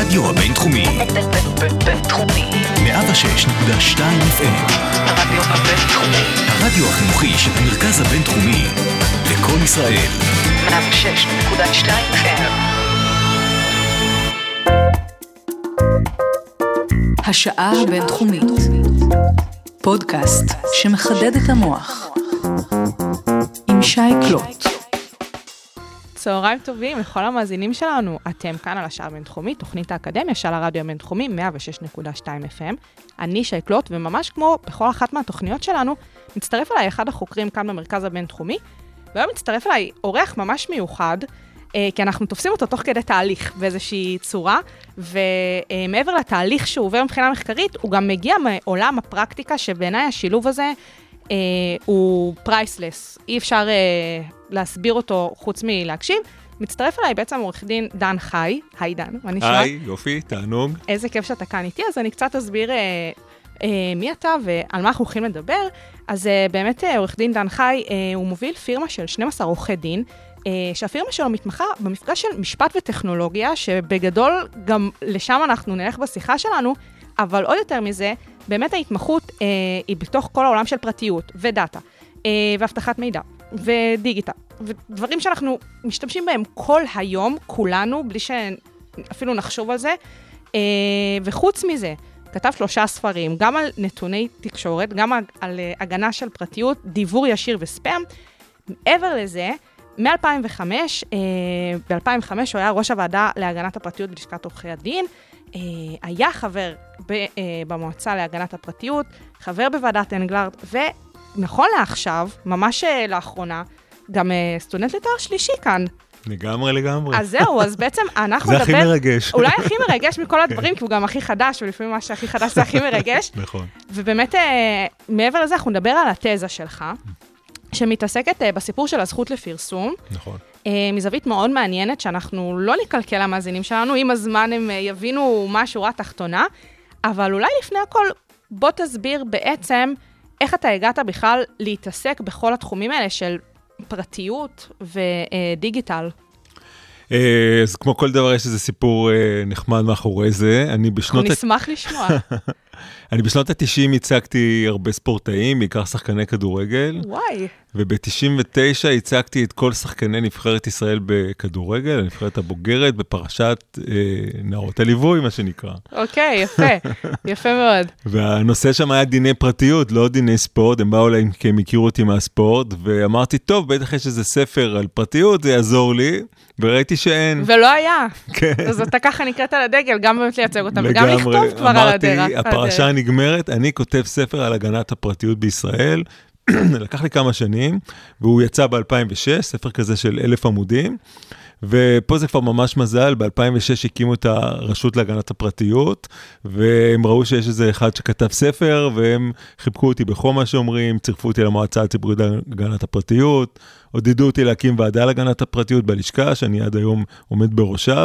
הרדיו הבינתחומי. בינתחומי. 106.2 FM. הרדיו הבינתחומי. הרדיו החינוכי של המרכז הבינתחומי. לכל ישראל. 106.2 FM. השעה הבינתחומית. פודקאסט שמחדד את המוח. עם שי קלוט. צהריים טובים לכל המאזינים שלנו. אתם כאן על השעה הבינתחומית, תוכנית האקדמיה של הרדיו הבינתחומי 106.2 FM. אני שי קלוט, וממש כמו בכל אחת מהתוכניות שלנו, מצטרף אליי אחד החוקרים כאן במרכז הבינתחומי, והיום מצטרף אליי אורח ממש מיוחד, כי אנחנו תופסים אותו תוך כדי תהליך באיזושהי צורה, ומעבר לתהליך שהוא עובר מבחינה מחקרית, הוא גם מגיע מעולם הפרקטיקה, שבעיניי השילוב הזה הוא פרייסלס. אי אפשר להסביר אותו חוץ מלהקשיב. מצטרף אליי בעצם עורך דין דן חי. היי דן, מה נשמע? היי, יופי, תענוג. איזה כיף שאתה כאן איתי, אז אני קצת אסביר מי אתה ועל מה אנחנו הולכים לדבר. אז באמת עורך דין דן חי, הוא מוביל פירמה של 12 עורכי דין, שהפירמה שלו מתמחה במפגש של משפט וטכנולוגיה, שבגדול גם לשם אנחנו נלך בשיחה שלנו, אבל עוד יותר מזה, באמת ההתמחות היא בתוך כל העולם של פרטיות ודאטה, והבטחת מידע, ודיגיטל, ודברים שאנחנו משתמשים בהם כל היום, כולנו, בלי שאפילו נחשוב על זה, וחוץ מזה, כתב 3 ספרים, גם על נתוני תקשורת, גם על הגנה של פרטיות, דיבור ישיר וספאם. מעבר לזה, מ-2005, ב-2005 הוא היה ראש הוועדה להגנת הפרטיות בלשכת עורכי הדין, היה חבר במועצה להגנת הפרטיות, חבר בוועדת אנגלרד, ונכון לעכשיו, ממש לאחרונה, גם סטודנט לתואר שלישי כאן. לגמרי. אז זהו, אז בעצם אנחנו זה הכי מרגש. אולי הכי מרגש מכל הדברים, כי הוא גם הכי חדש, ולפעמים מה שהכי חדש זה הכי מרגש. נכון. ובאמת, מעבר לזה, אנחנו נדבר על התזה שלך, שמתעסקת בסיפור של הזכות לפרסום. נכון. מזווית מאוד מעניינת, שאנחנו לא נקלקל למאזינים שלנו, עם הזמן הם יבינו מה השורה התחתונה, אבל אולי לפני הכל, בוא תסביר בעצם איך אתה הגעת בכלל להתעסק בכל התחומים האלה של פרטיות ודיגיטל. אז כמו כל דבר יש איזה סיפור נחמד מאחורי זה. אנחנו נשמח לשמוע. אני בשנות ה-90 הצגתי הרבה ספורטאים, בעיקר שחקני כדורגל. וואי. וב-99 הצגתי את כל שחקני נבחרת ישראל בכדורגל, הנבחרת הבוגרת, בפרשת נערות הליווי, מה שנקרא. אוקיי, יפה. יפה מאוד. והנושא שם היה דיני פרטיות, לא דיני ספורט. הם באו אליי כי הם הכירו אותי מהספורט, ואמרתי, טוב, בטח יש איזה ספר על פרטיות, זה יעזור לי, וראיתי שאין. ולא היה. כן. אז אתה ככה נקראת על הדגל, גם באמת לייצג אותם, וגם לכתוב כבר על הדרך. אמרתי, הפרשה נגמרת, אני כותב ספר על הגנת הפרטיות בישראל, לקח לי כמה שנים, והוא יצא ב-2006, ספר כזה של 1,000 עמודים, ופה זה כבר ממש מזל, ב-2006 הקימו את הרשות להגנת הפרטיות, והם ראו שיש איזה אחד שכתב ספר, והם חיבקו אותי בכל מה שאומרים, צירפו אותי למועצה הציבורית להגנת הפרטיות, עודדו אותי להקים ועדה להגנת הפרטיות בלשכה, שאני עד היום עומד בראשה,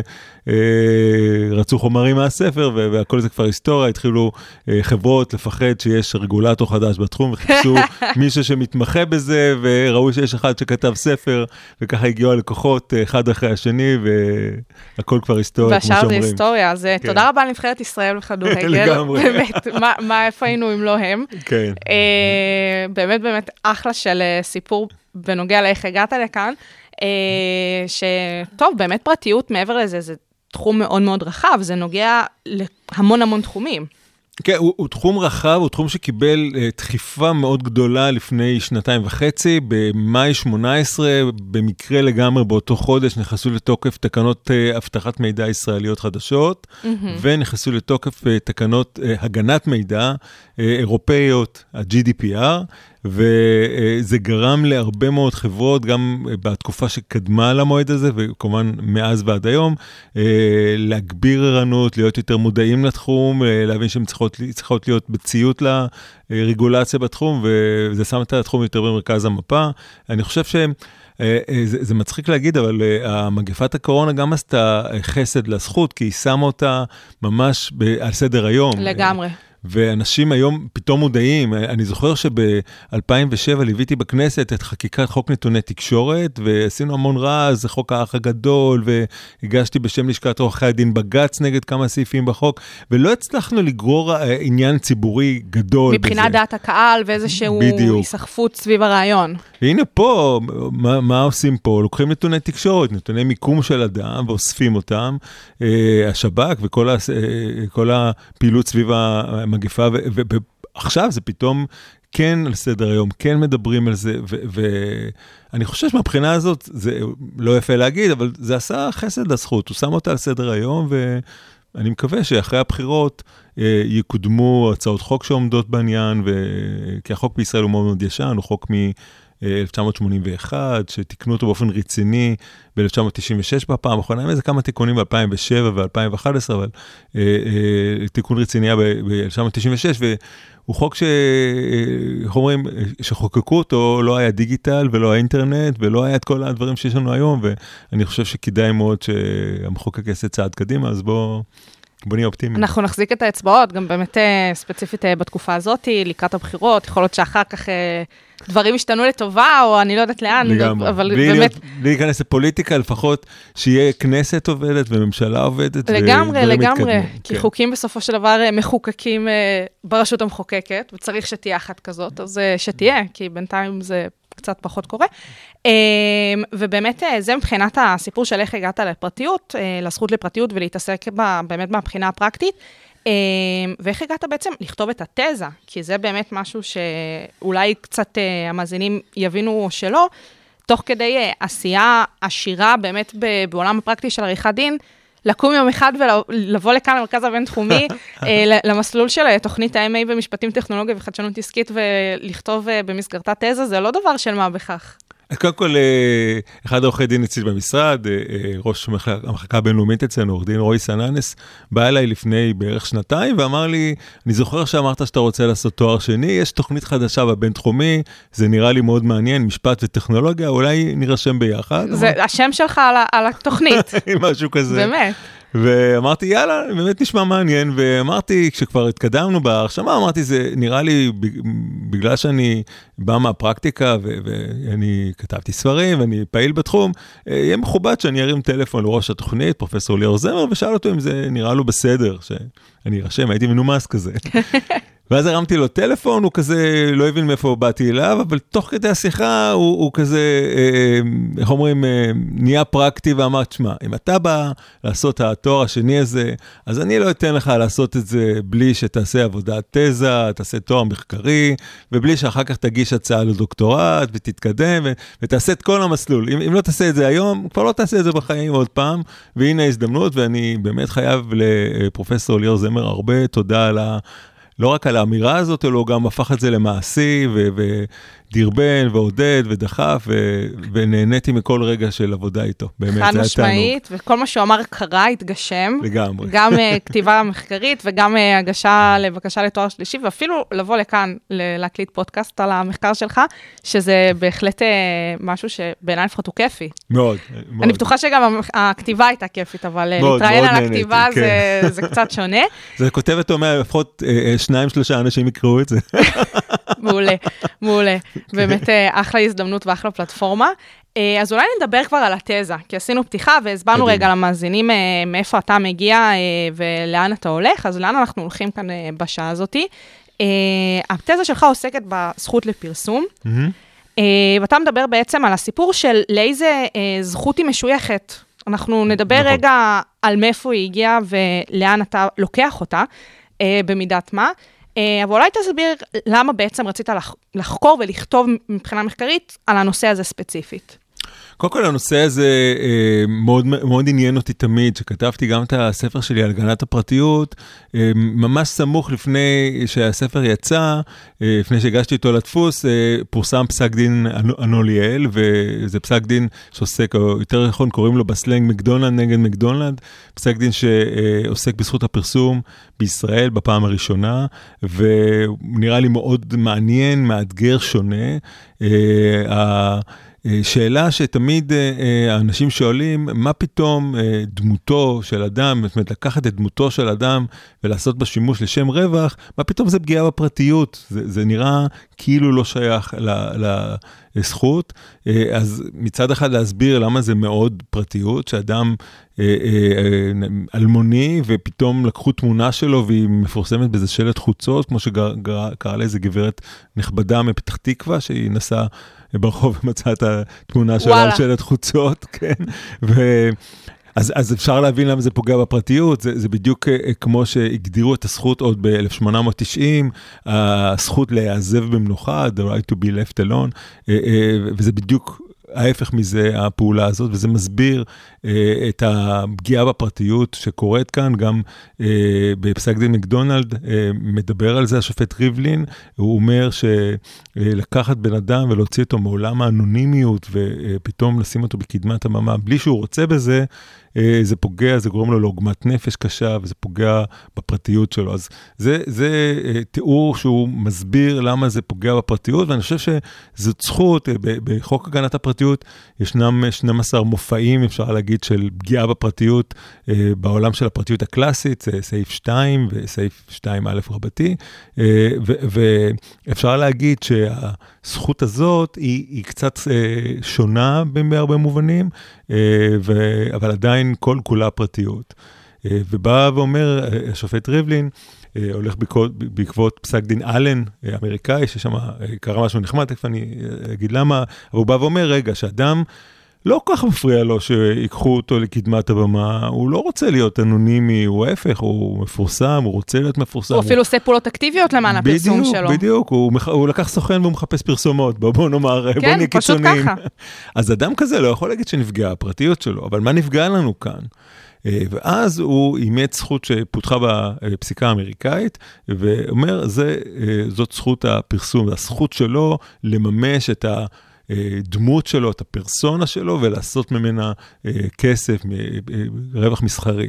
ורצו חומרים מהספר, והכל זה כבר היסטוריה, התחילו חברות לפחד שיש רגולטור חדש בתחום, וחיפשו מישהו שמתמחה בזה, וראו שיש אחד שכתב ספר, וככה הגיעו הלקוחות אחד אחרי השני, והכל כבר היסטוריה, כמו שאומרים. והשאר זה היסטוריה, אז תודה רבה לנבחרת ישראל בכדורגל. לגמרי. באמת, איפה היינו אם לא הם? כן. באמת אחלה של סיפור בנוגע לאיך הגעת לכאן, שטוב, באמת פרטיות מעבר לזה, זה תחום מאוד מאוד רחב, זה נוגע להמון תחומים. כן, הוא תחום רחב, הוא תחום שקיבל דחיפה מאוד גדולה לפני 2.5, במאי 18, במקרה לגמרי באותו חודש, נכנסו לתוקף תקנות אבטחת מידע ישראליות חדשות, ונכנסו לתוקף תקנות הגנת מידע אירופאיות, ה-GDPR, וזה גרם להרבה מאוד חברות, גם בתקופה שקדמה למועד הזה, וכמובן מאז ועד היום, להגביר ערנות, להיות יותר מודעים לתחום, להבין שהן צריכות להיות בציות לרגולציה בתחום, וזה שם את התחום יותר במרכז המפה. אני חושב זה מצחיק להגיד, אבל המגפת הקורונה גם עשתה חסד לזכות, כי היא שמה אותה ממש על סדר היום. לגמרי. ואנשים היום פתאום מודעים. אני זוכר שב-2007 ליוויתי בכנסת את חקיקת חוק נתוני תקשורת, ועשינו המון רעש, זה חוק האח הגדול, והגשתי בשם לשכת עורכי הדין בג"ץ נגד כמה סעיפים בחוק, ולא הצלחנו לגרור עניין ציבורי גדול. מבחינת דעת הקהל ואיזשהו היסחפות סביב הרעיון. והנה פה, מה עושים פה? לוקחים נתוני תקשורת, נתוני מיקום של אדם, ואוספים אותם, השב"כ וכל הפעילות סביב המגפה, ועכשיו זה פתאום כן על סדר היום, כן מדברים על זה, ואני חושב שמבחינה הזאת, זה לא יפה להגיד, אבל זה עשה חסד לזכות, הוא שם אותה על סדר היום, ואני מקווה שאחרי הבחירות יקודמו הצעות חוק שעומדות בעניין, כי החוק בישראל הוא מאוד מאוד ישן, הוא חוק מ-1981, שתיקנו אותו באופן רציני ב-1996 בפעם האחרונה, איזה כמה תיקונים ב-2007 ו-2011, אבל תיקון רציני היה ב-1996, והוא חוק שאומרים, שחוקקו אותו, לא היה דיגיטל ולא היה אינטרנט, ולא היה את כל הדברים שיש לנו היום, ואני חושב שכדאי מאוד שהמחוקק יעשה צעד קדימה, אז בוא נהיה אופטימיים. אנחנו נחזיק את האצבעות, גם באמת ספציפית בתקופה הזאת, לקראת הבחירות, יכול להיות שאחר כך דברים השתנו לטובה, או אני לא יודעת לאן, אבל באמת... בלי להיכנס לפוליטיקה, לפחות שיהיה כנסת עובדת וממשלה עובדת. לגמרי, כי חוקים בסופו של דבר מחוקקים ברשות המחוקקת, וצריך שתהיה אחת כזאת, אז שתהיה, כי בינתיים זה קצת פחות קורה. ובאמת זה מבחינת הסיפור של איך הגעת לפרטיות, לזכות לפרטיות ולהתעסק באמת מהבחינה הפרקטית, ואיך הגעת בעצם לכתוב את התזה, כי זה באמת משהו שאולי קצת המאזינים יבינו או שלא, תוך כדי עשייה עשירה באמת בעולם הפרקטי של עריכת דין, לקום יום אחד ולבוא לכאן למרכז הבינתחומי, למסלול של תוכנית ה-MA במשפטים טכנולוגיה וחדשנות עסקית, ולכתוב במסגרתה תזה, זה לא דבר של מה בכך. קודם כל, אחד העורכי דין אצלי במשרד, ראש המחלקה הבינלאומית אצלנו, עורך דין רועי סננס, בא אליי לפני בערך שנתיים, ואמר לי, אני זוכר שאמרת שאתה רוצה לעשות תואר שני, יש תוכנית חדשה בבינתחומי, זה נראה לי מאוד מעניין, משפט וטכנולוגיה, אולי נרשם ביחד. זה השם שלך על התוכנית. משהו כזה. באמת. ואמרתי, יאללה, באמת נשמע מעניין, ואמרתי, כשכבר התקדמנו בהרשמה, אמרתי, זה נראה לי, בגלל שאני בא מהפרקטיקה, ואני כתבתי ספרים, ואני פעיל בתחום, יהיה מכובד שאני ארים טלפון לראש התוכנית, פרופסור ליאור זמר, ושאל אותו אם זה נראה לו בסדר, שאני ארשם, הייתי מנומס כזה. ואז הרמתי לו טלפון, הוא כזה לא הבין מאיפה באתי אליו, אבל תוך כדי השיחה הוא כזה, איך אומרים, נהיה פרקטי ואמר, תשמע, אם אתה בא לעשות התואר השני הזה, אז אני לא אתן לך לעשות את זה בלי שתעשה עבודת תזה, תעשה תואר מחקרי, ובלי שאחר כך תגיש הצעה לדוקטורט ותתקדם, ותעשה את כל המסלול. אם לא תעשה את זה היום, כבר לא תעשה את זה בחיים עוד פעם, והנה ההזדמנות, ואני באמת חייב לפרופסור ליאור זמר הרבה תודה על לא רק על האמירה הזאת, אלא הוא גם הפך את זה למעשי, ודרבן, ועודד, ודחף, ונהניתי מכל רגע של עבודה איתו. באמת, זה היה תענוג. חד משמעית, וכל מה שהוא אמר קרה, התגשם. לגמרי. גם כתיבה מחקרית, וגם הגשה לבקשה לתואר שלישי, ואפילו לבוא לכאן, להקליט פודקאסט על המחקר שלך, שזה בהחלט משהו שבעיניי לפחות הוא כיפי. מאוד. אני בטוחה שגם הכתיבה הייתה כיפית, אבל להתראיין על הכתיבה זה קצת שונה. זה כותבת אומר, לפחות 2-3 אנשים יקראו את זה. מעולה, מעולה. באמת אחלה הזדמנות ואחלה פלטפורמה. אז אולי נדבר כבר על התזה, כי עשינו פתיחה והסברנו רגע למאזינים מאיפה אתה מגיע ולאן אתה הולך, אז לאן אנחנו הולכים כאן בשעה הזאת. התזה שלך עוסקת בזכות לפרסום, ואתה מדבר בעצם על הסיפור של לאיזה זכות היא משויכת. אנחנו נדבר רגע על מאיפה היא הגיעה ולאן אתה לוקח אותה, במידת מה. אבל אולי תסביר למה בעצם רצית לחקור ולכתוב מבחינה מחקרית על הנושא הזה ספציפית. קודם כל, הנושא הזה מאוד עניין אותי תמיד, שכתבתי גם את הספר שלי על הגנת הפרטיות, ממש סמוך לפני שהספר יצא, לפני שהגשתי אותו לדפוס, פורסם פסק דין אנוליאל, וזה פסק דין שעוסק, או יותר נכון קוראים לו בסלנג מקדונלד נגד מקדונלד, פסק דין שעוסק בזכות הפרסום בישראל בפעם הראשונה, ונראה לי מאוד מעניין, מאתגר שונה. שאלה שתמיד האנשים שואלים, מה פתאום דמותו של אדם, זאת אומרת, לקחת את דמותו של אדם ולעשות בה שימוש לשם רווח, מה פתאום זה פגיעה בפרטיות? זה נראה כאילו לא שייך לזכות. אז מצד אחד להסביר למה זה מאוד פרטיות, שאדם אלמוני, ופתאום לקחו תמונה שלו, והיא מפורסמת באיזה שלט חוצות, כמו שקרא לאיזה גברת נכבדה מפתח תקווה, שהיא נסעה ברחוב ומצאה את התמונה שלה על שלט חוצות, כן, אז אפשר להבין למה זה פוגע בפרטיות, זה בדיוק כמו שהגדירו את הזכות עוד ב-1890, הזכות להיעזב במנוחה, the right to be left alone, וזה בדיוק ההפך מזה, הפעולה הזאת, וזה מסביר את הפגיעה בפרטיות שקורית כאן, גם בפסק דין מקדונלד מדבר על זה, השופט ריבלין, הוא אומר שלקחת בן אדם ולהוציא אותו מעולם האנונימיות, ופתאום לשים אותו בקדמת הבמה, בלי שהוא רוצה בזה, זה פוגע, זה גורם לו לעוגמת נפש קשה, וזה פוגע בפרטיות שלו. אז זה תיאור שהוא מסביר למה זה פוגע בפרטיות, ואני חושב שזאת זכות, בחוק הגנת הפרטיות, ישנם 12 מופעים, אפשר להגיד, של פגיעה בפרטיות, בעולם של הפרטיות הקלאסית, זה סעיף 2 וסעיף 2א רבתי, ואפשר להגיד שהזכות הזאת היא קצת שונה בהרבה מובנים, אבל עדיין כל כולה פרטיות. ובא ואומר, השופט ריבלין, הולך בעקבות פסק דין אלן, אמריקאי, ששם קרה משהו נחמד, תכף אני אגיד למה, אבל הוא בא ואומר, רגע, שאדם לא כל כך מפריע לו שיקחו אותו לקדמת הבמה, הוא לא רוצה להיות אנונימי, הוא ההפך, הוא מפורסם, הוא רוצה להיות מפורסם. הוא אפילו עושה פעולות אקטיביות למען הפרסום שלו. בדיוק, הוא לקח סוכן והוא מחפש פרסומות, בוא נאמר, בוא נהיה קיצוניים. אז אדם כזה לא יכול להגיד שנפגע הפרטיות שלו, אבל מה נפגע לנו כאן? ואז הוא אימץ זכות שפותחה בפסיקה האמריקאית, ואומר, זאת זכות הפרסום, הזכות שלו לממש את הדמות שלו, את הפרסונה שלו, ולעשות ממנה כסף, רווח מסחרי.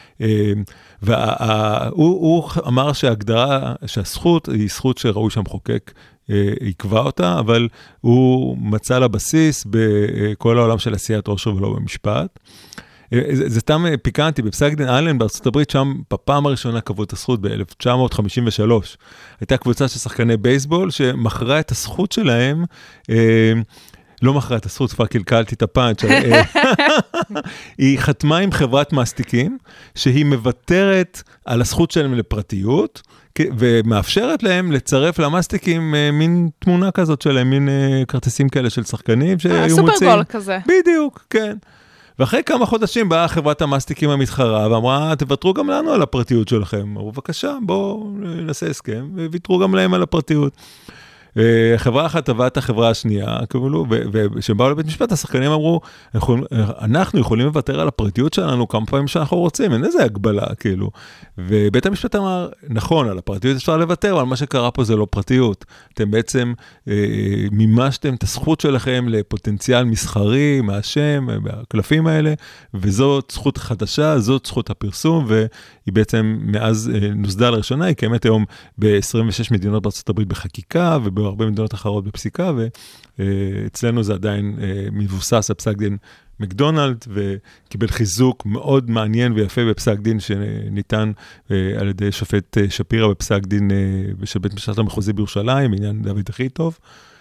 והוא אמר שההגדרה, שהזכות היא זכות שראוי שהמחוקק יקבע אותה, אבל הוא מצא לה בסיס בכל העולם של עשיית עושר ולא במשפט. זה סתם פיקנטי, בפסק דין אלן בארצות הברית, שם בפעם הראשונה קבעו את הזכות ב-1953. הייתה קבוצה של שחקני בייסבול שמכרה את הזכות שלהם, לא מכרה את הזכות, כבר קלקלתי את הפאנץ', היא חתמה עם חברת מסטיקים, שהיא מוותרת על הזכות שלהם לפרטיות, ומאפשרת להם לצרף למסטיקים מין תמונה כזאת שלהם, מין כרטיסים כאלה של שחקנים שהיו מוצאים. סופרגול כזה. בדיוק, כן. ואחרי כמה חודשים באה חברת המסטיקים המתחרה, ואמרה, תוותרו גם לנו על הפרטיות שלכם. אמרו, בבקשה, בואו נעשה הסכם, וויתרו גם להם על הפרטיות. חברה אחת תבעה את החברה השנייה, וכשהם באו לבית משפט, השחקנים אמרו, אנחנו יכולים לוותר על הפרטיות שלנו כמה פעמים שאנחנו רוצים, אין איזה הגבלה, כאילו. ובית המשפט אמר, נכון, על הפרטיות אפשר לוותר, אבל מה שקרה פה זה לא פרטיות. אתם בעצם מימשתם את הזכות שלכם לפוטנציאל מסחרי, מהשם, מהקלפים האלה, וזאת זכות חדשה, זאת זכות הפרסום, והיא בעצם מאז נוסדה לראשונה, היא קיימת היום ב-26 מדינות בארצות הברית בחקיקה, בהרבה מדינות אחרות בפסיקה, ואצלנו זה עדיין מבוסס על פסק דין מקדונלד, וקיבל חיזוק מאוד מעניין ויפה בפסק דין שניתן על ידי שופט שפירא בפסק דין של בית משפט המחוזי בירושלים, בעניין דוד אחיטוב.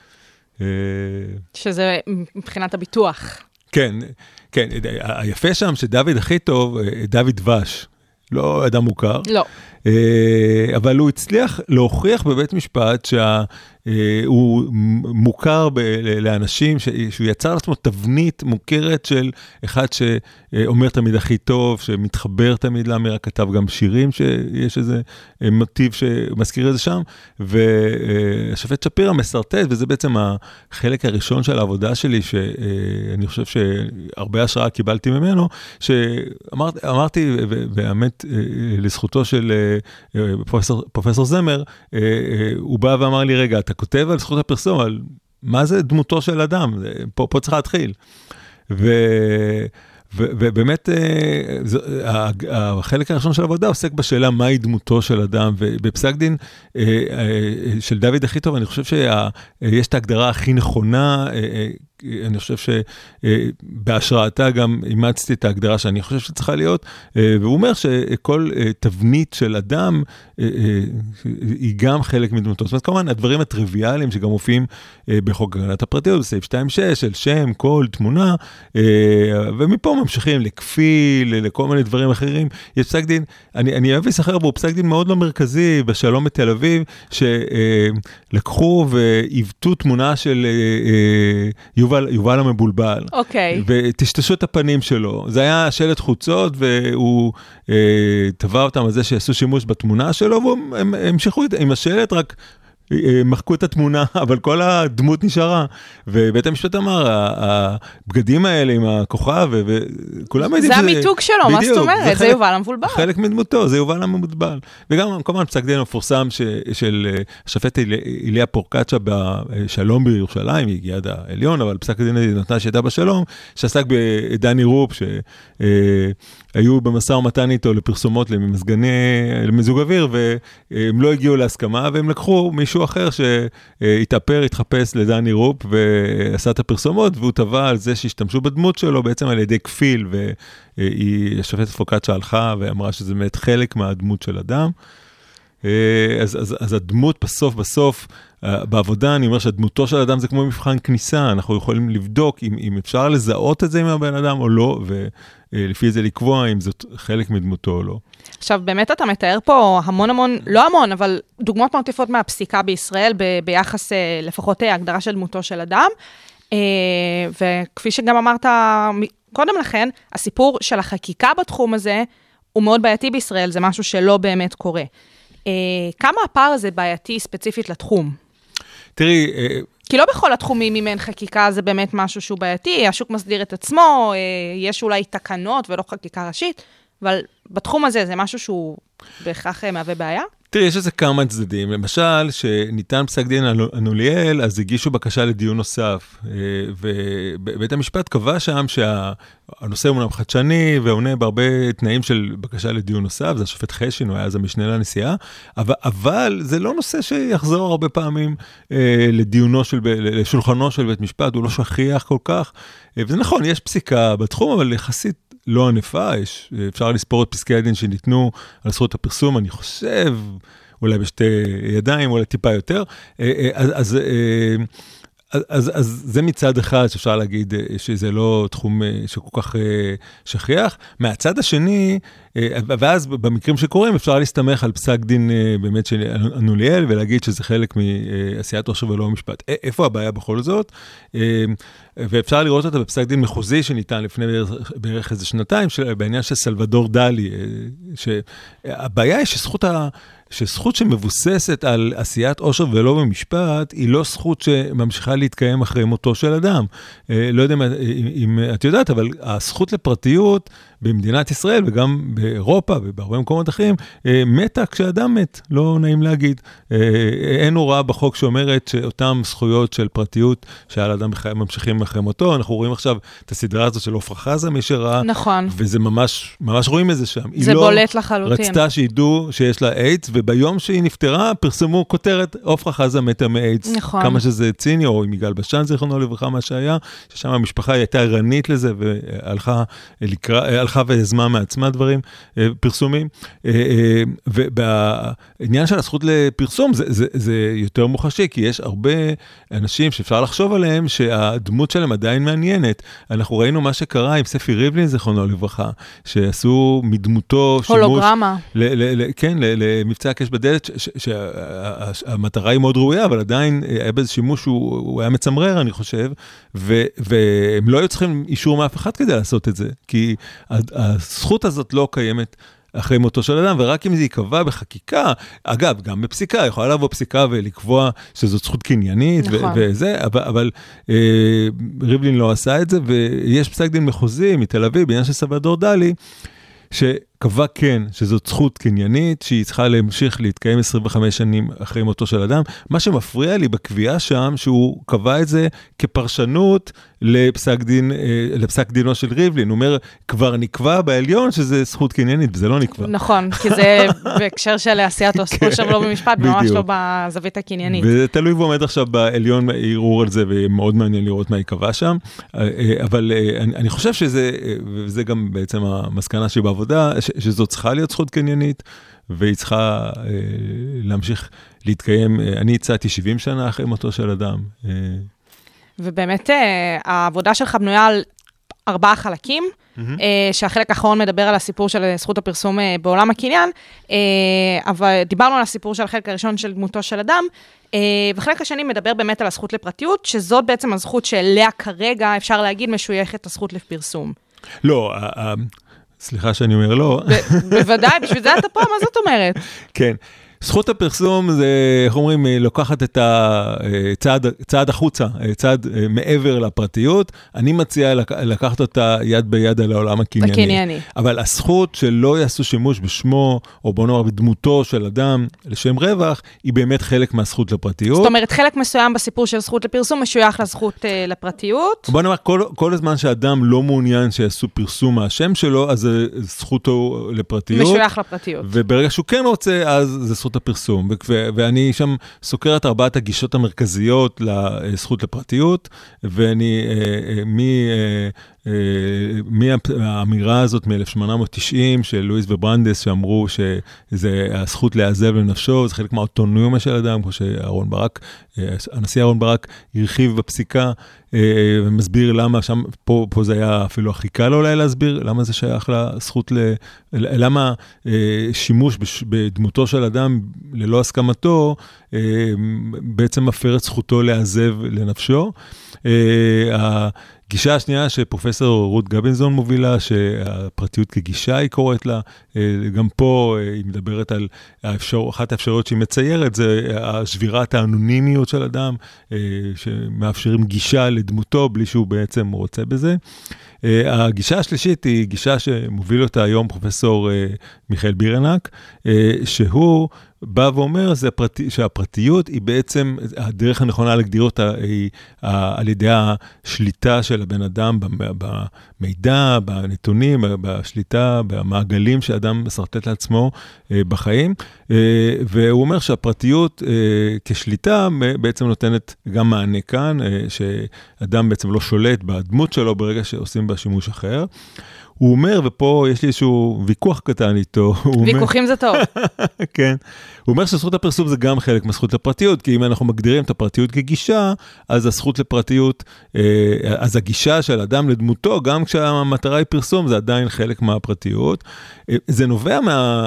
שזה מבחינת הביטוח. כן, כן, היפה שם שדוד אחיטוב, דוד דבש, לא אדם מוכר. לא. אבל הוא הצליח להוכיח בבית משפט שהוא מוכר לאנשים, שהוא יצר לעצמו תבנית מוכרת של אחד שאומר תמיד הכי טוב, שמתחבר תמיד לאמירה, כתב גם שירים שיש איזה מוטיב שמזכיר את זה שם, והשופט שפירא מסרטט, וזה בעצם החלק הראשון של העבודה שלי, שאני חושב שהרבה השראה קיבלתי ממנו, שאמרתי, והאמת לזכותו של פרופסור זמר, הוא בא ואמר לי, רגע, אתה כותב על זכות הפרסום, על מה זה דמותו של אדם? פה צריך להתחיל. ובאמת, החלק הראשון של העבודה עוסק בשאלה מהי דמותו של אדם, ובפסק דין של דוד אחיטוב, אני חושב שיש את ההגדרה הכי נכונה, אני חושב שבהשראתה גם אימצתי את ההגדרה שאני חושב שצריכה להיות, והוא אומר שכל תבנית של אדם היא גם חלק מדמותו. זאת אומרת, כמובן, הדברים הטריוויאליים שגם מופיעים בחוק הגנת הפרטיות, בסעיף 2.6, של שם, קול, תמונה, ומפה ממשיכים לכפיל, לכל מיני דברים אחרים. יש פסק דין, אני אוהב להיסחר, והוא פסק דין מאוד לא מרכזי בשלום בתל אביב, שלקחו ועיוותו תמונה של יובל המבולבל. אוקיי. וטשטשו את הפנים שלו. זה היה שלט חוצות, והוא טבע אותם על זה שיעשו שימוש בתמונה שלו, והם המשיכו עם השלט, רק מחקו את התמונה, אבל כל הדמות נשארה. ובית המשפט אמר, הבגדים האלה עם הכוכב, וכולם יודעים שזה... זה המיתוג שלו, מה זאת אומרת? זה יובל המבולבל. חלק מדמותו, זה יובל המבולבל. וגם, כמובן, פסק דין המפורסם של השופט איליה פורקצ'ה בשלום בירושלים, היא הגיעה עד העליון, אבל פסק הדין נתנה שידע בשלום, שעסק בדני רופ, היו במשא ומתן איתו לפרסומות למזוג אוויר, והם לא הגיעו להסכמה, והם לקחו מישהו אחר שהתאפר, התחפש לדני רופ, ועשה את הפרסומות, והוא טבע על זה שהשתמשו בדמות שלו, בעצם על ידי כפיל, והשופטת פוקצ'ה הלכה, ואמרה שזה באמת חלק מהדמות של אדם. אז הדמות בסוף, בעבודה אני אומר שהדמותו של אדם זה כמו מבחן כניסה, אנחנו יכולים לבדוק אם אפשר לזהות את זה עם הבן אדם או לא, ולפי זה לקבוע אם זאת חלק מדמותו או לא. עכשיו, באמת אתה מתאר פה המון, לא המון, אבל דוגמאות מאוד יפות מהפסיקה בישראל, ביחס לפחות ההגדרה של דמותו של אדם, וכפי שגם אמרת קודם לכן, הסיפור של החקיקה בתחום הזה, הוא מאוד בעייתי בישראל, זה משהו שלא באמת קורה. כמה הפער הזה בעייתי ספציפית לתחום? תראי... כי לא בכל התחומים, אם אין חקיקה, זה באמת משהו שהוא בעייתי, השוק מסדיר את עצמו, יש אולי תקנות ולא חקיקה ראשית, אבל בתחום הזה זה משהו שהוא בהכרח מהווה בעיה? תראי, יש איזה כמה צדדים. למשל, שניתן פסק דין אנוליאל, אז הגישו בקשה לדיון נוסף, ובית המשפט קבע שם שהנושא הוא חדשני, ועונה בהרבה תנאים של בקשה לדיון נוסף, זה השופט חשין, הוא היה אז המשנה לנשיאה, אבל זה לא נושא שיחזור הרבה פעמים לדיונו לשולחנו של בית משפט, הוא לא שכיח כל כך, וזה נכון, יש פסיקה בתחום, אבל יחסית לא ענפה, אפשר לספור את פסקי הדין שניתנו על זכות הפרסום, אני חושב, אולי בשתי ידיים, אולי טיפה יותר, אז זה מצד אחד שאפשר להגיד שזה לא תחום שכל כך שכיח. מהצד השני, ואז במקרים שקורים אפשר להסתמך על פסק דין באמת של אנוליאל, ולהגיד שזה חלק מעשיית עושר ולא משפט. איפה הבעיה בכל זאת? ואפשר לראות אותה בפסק דין מחוזי שניתן לפני בערך איזה שנתיים, בעניין של סלבדור דלי, שהבעיה היא שזכות שמבוססת על עשיית עושר ולא במשפט, היא לא זכות שממשיכה להתקיים אחרי מותו של אדם. לא יודע אם את יודעת, אבל הזכות לפרטיות במדינת ישראל וגם באירופה ובהרבה מקומות אחרים, מתה כשאדם מת, לא נעים להגיד. אין הוראה בחוק שאומרת שאותם זכויות של פרטיות שעל אדם ממשיכים אחרי מותו. אנחנו רואים עכשיו את הסדרה הזאת של עופרה חזה, מי שראה. נכון. וזה ממש רואים את זה שם. זה בולט לחלוטין. רצתה שידעו שיש לה איידס, וביום שהיא נפטרה, פרסמו כותרת, עופרה חזה מתה מאיידס. נכון. כמה שזה ציני, או עם יגאל בשן, זיכרונו לברכה, מה שהיה, ששם המשפחה הייתה ערנית לזה, והלכה ויזמה מעצמה דברים, פרסומים. ובעניין של הזכות לפרסום, זה יותר מוחשי, כי יש הרבה אנשים שאפשר לחשוב עליהם, שהדמות שלהם עדיין מעניינת. אנחנו ראינו מה שקרה עם ספי ריבלין, זיכרונו לברכה, שעשו מדמותו הולוגרמה. כן, למבצע הקש בדלת, שהמטרה היא מאוד ראויה, אבל עדיין היה באיזה שימוש, הוא היה מצמרר, אני חושב, והם לא היו צריכים אישור מאף אחד כדי לעשות את זה, כי הזכות הזאת לא קיימת אחרי מותו של אדם, ורק אם זה יקבע בחקיקה, אגב, גם בפסיקה, יכולה לבוא פסיקה ולקבוע שזאת זכות קניינית, נכון. וזה, אבל ריבלין לא עשה את זה, ויש פסק דין מחוזי מתל אביב, בעניין של סלבדור דלי, קבע כן שזאת זכות קניינית, שהיא צריכה להמשיך להתקיים 25 שנים אחרי מותו של אדם. מה שמפריע לי בקביעה שם, שהוא קבע את זה כפרשנות לפסק דינו של ריבלין. הוא אומר, כבר נקבע בעליון שזה זכות קניינית, וזה לא נקבע. נכון, כי זה בהקשר של עשיית עושר לא במשפט, ממש לא בזווית הקניינית. וזה תלוי ועומד עכשיו בעליון ערעור על זה, ומאוד מעניין לראות מה יקבע שם. אבל אני חושב שזה, וזה גם בעצם המסקנה שהיא בעבודה, שזו צריכה להיות זכות קניינית, והיא צריכה להמשיך להתקיים. אני הצעתי 70 שנה אחרי מותו של אדם. ובאמת העבודה שלך בנויה על 4 חלקים, שהחלק האחרון מדבר על הסיפור של זכות הפרסום בעולם הקניין, אבל דיברנו על הסיפור של החלק הראשון של דמותו של אדם, וחלק השני מדבר באמת על הזכות לפרטיות, שזאת בעצם הזכות שאליה כרגע אפשר להגיד משויכת הזכות לפרסום. לא, סליחה שאני אומר לא. בוודאי, בשביל זה אתה פה, מה זאת אומרת? כן. זכות הפרסום זה, איך אומרים, לוקחת את הצעד החוצה, צעד מעבר לפרטיות. אני מציע לקחת אותה יד ביד על העולם הקנייני. אבל הזכות שלא יעשו שימוש בשמו, או בוא נאמר בדמותו של אדם לשם רווח, היא באמת חלק מהזכות לפרטיות. זאת אומרת, חלק מסוים בסיפור של זכות לפרסום משוייך לזכות לפרטיות. בוא נאמר, כל הזמן שאדם לא מעוניין שיעשו פרסום מהשם שלו, אז זכותו לפרטיות. משוייך לפרטיות. וברגע שהוא כן רוצה, אז זה זכות הפרסום, ואני שם סוקר את 4 הגישות המרכזיות לזכות לפרטיות, ואני, מהאמירה הזאת מ-1890 של לואיס וברנדס, שאמרו שזה הזכות להיעזב לנפשו, זה חלק מהאוטונומיה של אדם, כמו שאהרון ברק, הנשיא אהרון ברק הרחיב בפסיקה, ומסביר למה, שם, פה זה היה אפילו הכי קל אולי להסביר, למה זה שייך לזכות, למה שימוש בדמותו של אדם ללא הסכמתו, בעצם מפר את זכותו להיעזב לנפשו. הגישה השנייה שפרופסור רות גביזון מובילה, שהפרטיות כגישה היא קוראת לה, גם פה היא מדברת על אחת האפשרויות שהיא מציירת, זה השבירת האנונימיות של אדם, שמאפשרים גישה לדמותו בלי שהוא בעצם רוצה בזה. הגישה השלישית היא גישה שמוביל אותה היום פרופסור מיכאל בירנק, שהוא בא ואומר שהפרטיות היא בעצם, הדרך הנכונה להגדיר אותה היא על ידי השליטה של הבן אדם במידע, בנתונים, בשליטה, במעגלים שאדם מסרטט לעצמו בחיים, והוא אומר שהפרטיות כשליטה בעצם נותנת גם מענה כאן, שאדם בעצם לא שולט בדמות שלו ברגע שעושים בה שימוש אחר. הוא אומר, ופה יש לי איזשהו ויכוח קטן איתו. ויכוחים זה טוב. כן. הוא אומר שזכות הפרסום זה גם חלק מהזכות לפרטיות, כי אם אנחנו מגדירים את הפרטיות כגישה, אז הזכות לפרטיות, אז הגישה של אדם לדמותו, גם כשהמטרה היא פרסום, זה עדיין חלק מהפרטיות. זה נובע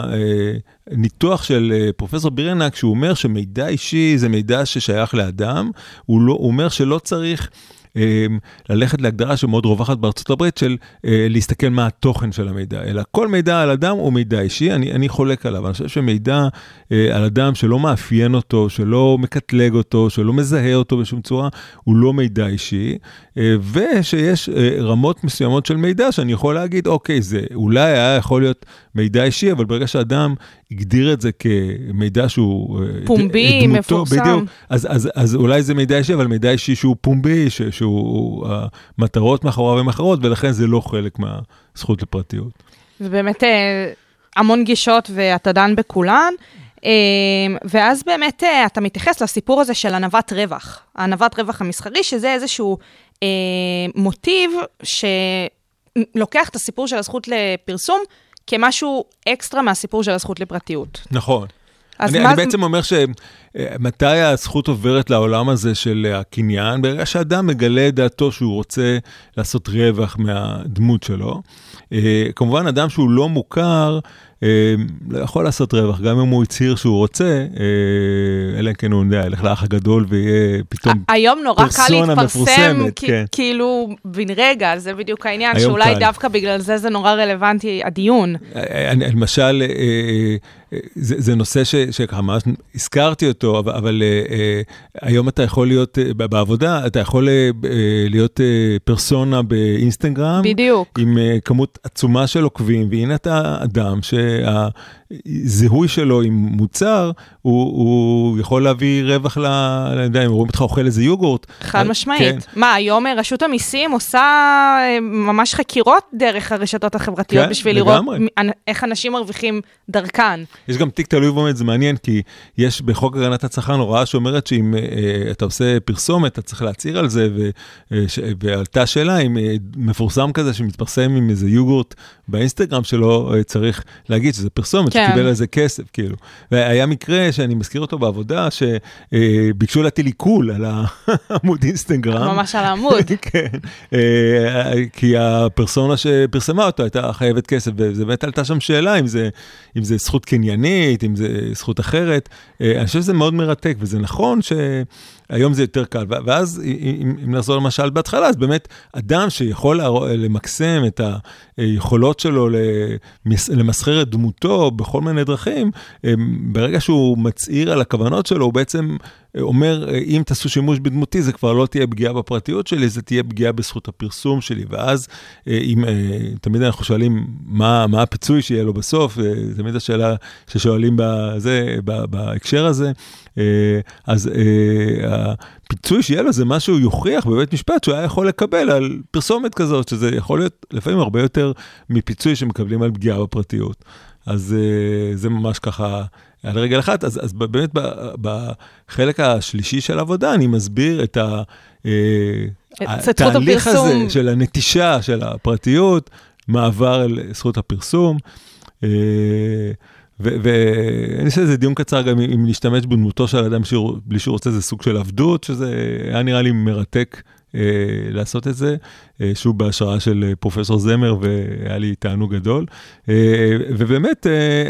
מהניתוח של פרופסור בירנק, שהוא אומר שמידע אישי זה מידע ששייך לאדם, הוא אומר שלא צריך ללכת להגדרה שמאוד רווחת בארצות הברית של להסתכל מה התוכן של המידע, אלא כל מידע על אדם הוא מידע אישי, אני חולק עליו, אני חושב שמידע על אדם שלא מאפיין אותו, שלא מקטלג אותו, שלא מזהה אותו בשום צורה, הוא לא מידע אישי, ושיש רמות מסוימות של מידע שאני יכול להגיד, אוקיי, זה אולי היה יכול להיות מידע אישי, אבל ברגע שאדם הגדיר את זה כמידע שהוא פומבי, מפורסם. בדיוק, אז אולי זה מידע אישי, אבל מידע אישי שהוא פומבי, שהוא מטרות מאחוריו ומאחרות, ולכן זה לא חלק מהזכות לפרטיות. ובאמת המון גישות ואתה דן בכולן, ואז באמת אתה מתייחס לסיפור הזה של ענוות רווח, הענוות רווח המסחרי, שזה איזשהו מוטיב שלוקח את הסיפור של הזכות לפרסום, כמשהו אקסטרה מהסיפור של הזכות לפרטיות. נכון. אני בעצם אומר שמתי הזכות עוברת לעולם הזה של הקניין, ברגע שאדם מגלה דעתו שהוא רוצה לעשות רווח מהדמות שלו. כמובן, אדם שהוא לא מוכר, לא יכול לעשות רווח, גם אם הוא הצהיר שהוא רוצה, אלא אם כן הוא ילך לאח הגדול ויהיה פתאום היום נורא קל להתפרסם, כאילו בן רגע, זה בדיוק העניין, שאולי דווקא בגלל זה נורא רלוונטי הדיון. למשל, זה נושא שכמה הזכרתי אותו, אבל היום אתה יכול להיות, בעבודה, אתה יכול להיות פרסונה באינסטגרם, בדיוק. עם כמות עצומה של עוקבים, והנה אתה אדם שהזיהוי שלו עם מוצר, הוא יכול להביא רווח אם רואים אותך אוכל איזה יוגורט. חד משמעית. מה, היום רשות המיסים עושה ממש חקירות דרך הרשתות החברתיות, בשביל לראות איך אנשים מרוויחים דרכן. יש גם תיק תלוי ועומד, זה מעניין, כי יש בחוק הגנת הצרכן הוראה שאומרת שאם אתה עושה פרסומת, אתה צריך להצהיר על זה, ועלתה שאלה, אם מפורסם כזה שמתפרסם עם איזה יוגורט באינסטגרם שלו, צריך להגיד שזה פרסומת, שקיבל על זה כסף, כאילו. והיה מקרה שאני מזכיר אותו בעבודה, שביקשו להטיל עיקול על העמוד אינסטגרם. ממש על העמוד. כן. כי הפרסונה שפרסמה אותו הייתה חייבת כסף, וזה באמת עלתה שם שאלה אם זה זכות קניינית, אם זה זכות אחרת. אני חושב שזה מאוד מרתק, וזה נכון שהיום זה יותר קל. ואז אם נחזור למשל בהתחלה, אז באמת אדם שיכול למקסם את היכולות שלו למסחר את דמותו בכל מיני דרכים, ברגע שהוא מצעיר על הכוונות שלו, הוא בעצם אומר, אם תעשו שימוש בדמותי, זה כבר לא תהיה פגיעה בפרטיות שלי, זה תהיה פגיעה בזכות הפרסום שלי. ואז, תמיד אנחנו שואלים, מה הפיצוי שיהיה לו בסוף? תמיד השאלה ששואלים בהקשר הזה. אז הפיצוי שיהיה לו זה משהו יוכיח בבית משפט, שהוא היה יכול לקבל על פרסומת כזאת, שזה יכול להיות לפעמים הרבה יותר מפיצוי שמקבלים על פגיעה בפרטיות. אז זה ממש ככה על רגל אחת. אז באמת בחלק השלישי של העבודה, אני מסביר את התהליך הזה של הנטישה של הפרטיות, מעבר אל זכות הפרסום, ואני חושב שזה דיון קצר גם אם להשתמש בדמותו של אדם בלי שהוא רוצה, זה סוג של עבדות, שזה היה נראה לי מרתק לעשות את זה, שוב בהשראה של פרופסור זמר, והיה לי תענוג גדול. ובאמת,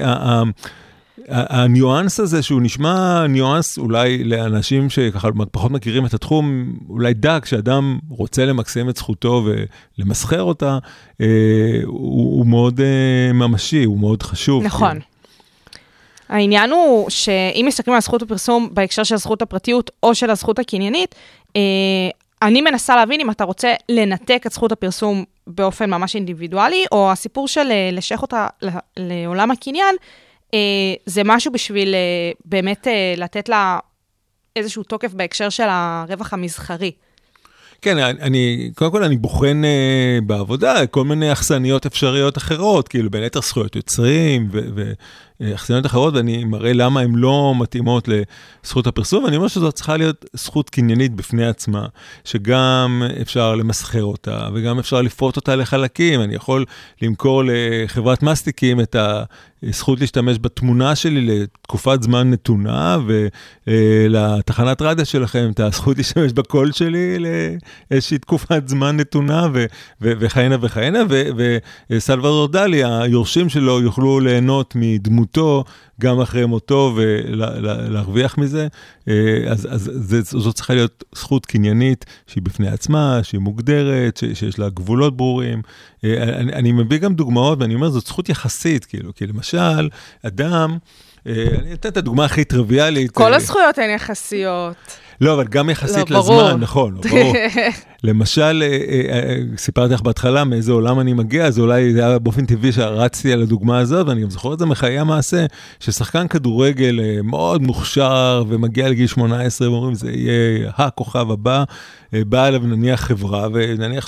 הניואנס הזה, שהוא נשמע ניואנס אולי לאנשים שככה פחות מכירים את התחום, אולי דק, שאדם רוצה למקסם את זכותו ולמסחר אותה, הוא מאוד ממשי, הוא מאוד חשוב. נכון. העניין הוא שאם מסתכלים על זכות הפרסום בהקשר של זכות הפרטיות או של הזכות הקניינית, אני מנסה להבין אם אתה רוצה לנתק את זכות הפרסום באופן ממש אינדיבידואלי, או הסיפור של לשייך אותה לעולם הקניין, זה משהו בשביל באמת לתת לה איזשהו תוקף בהקשר של הרווח המסחרי. כן, קודם כל אני בוחן בעבודה כל מיני אכסניות אפשריות אחרות, כאילו בין היתר זכויות יוצרים ואכסניות אחרות, ואני מראה למה הן לא מתאימות לזכות הפרסום, ואני אומר שזו צריכה להיות זכות קניינית בפני עצמה, שגם אפשר למסחר אותה, וגם אפשר לפרוט אותה לחלקים. אני יכול למכור לחברת מסטיקים את הזכות להשתמש בתמונה שלי לתקופת זמן נתונה, ולתחנת רדיו שלכם את הזכות להשתמש בקול שלי לאיזושהי תקופת זמן נתונה, וכהנה וכהנה, וסלבדור דלי, היורשים שלו יוכלו ליהנות מדמותו, גם אחרי מותו, ולהרוויח מזה. אז זו צריכה להיות זכות קניינית, שהיא בפני עצמה, שהיא מוגדרת, שיש לה גבולות ברורים. אני מביא גם דוגמאות, ואני אומר, זאת זכות יחסית, כאילו, כי למשל, אדם, אני אתן את הדוגמה הכי טריוויאלית. כל הזכויות הן יחסיות. לא, אבל גם יחסית לזמן, נכון, ברור. למשל, סיפרתי לך בהתחלה מאיזה עולם אני מגיע, אז אולי זה היה באופן טבעי שרצתי על הדוגמה הזאת, ואני גם זוכר את זה מחיי המעשה, ששחקן כדורגל מאוד מוכשר, ומגיע לגיל 18, ואומרים, זה יהיה הכוכב הבא, בא אליו נניח חברה, ונניח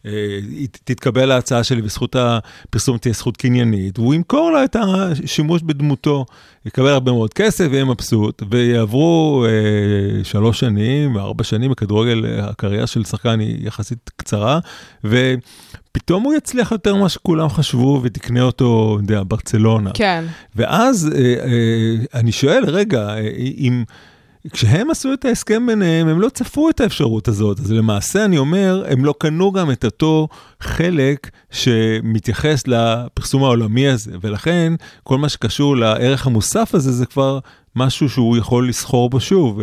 שתתקבל ההצעה שלי, וזכות הפרסום תהיה זכות קניינית, והוא ימכור לה את השימוש בדמותו, יקבל הרבה מאוד כסף, ויהיה מבסוט, ויעברו 3 שנים, 4 שנים, בכדורגל הקריירה של שחקן היא יחסית קצרה, ופתאום הוא יצליח יותר ממה שכולם חשבו, ותקנה אותו, ברצלונה. כן. ואז אני שואל, רגע, אם כשהם עשו את ההסכם ביניהם, הם לא צפו את האפשרות הזאת. אז למעשה אני אומר, הם לא קנו גם את אותו חלק שמתייחס לפרסום העולמי הזה, ולכן כל מה שקשור לערך המוסף הזה, זה כבר משהו שהוא יכול לסחור בו שוב,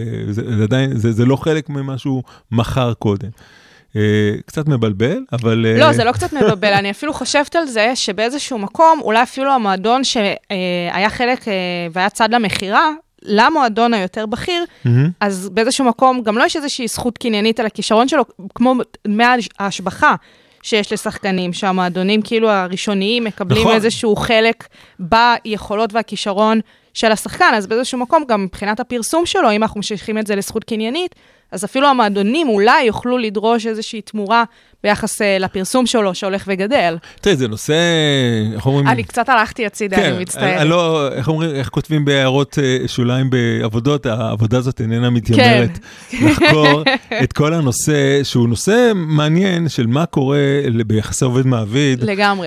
זה לא חלק ממה שהוא מכר קודם. קצת מבלבל, אבל לא, זה לא קצת מבלבל, אני אפילו חושבת על זה, שבאיזשהו מקום, אולי אפילו המועדון שהיה חלק והיה צד למחירה, למועדון היותר בכיר, אז באיזשהו מקום גם לא יש איזושהי זכות קניינית על הכישרון שלו, כמו מההשבחה שיש לשחקנים, שהמועדונים כאילו הראשוניים מקבלים איזשהו חלק ביכולות והכישרון של השחקן, אז באיזשהו מקום גם מבחינת הפרסום שלו, אם אנחנו משייכים את זה לזכות קניינית, אז אפילו המועדונים אולי יוכלו לדרוש איזושהי תמורה ביחס לפרסום שלו שהולך וגדל. תראי, זה נושא, איך אומרים? אני קצת הלכתי הצידה, אני מצטערת. לא, איך אומרים, איך כותבים בהערות שוליים בעבודות, העבודה הזאת איננה מתיימרת לחקור את כל הנושא, שהוא נושא מעניין של מה קורה ביחסי עובד מעביד. לגמרי.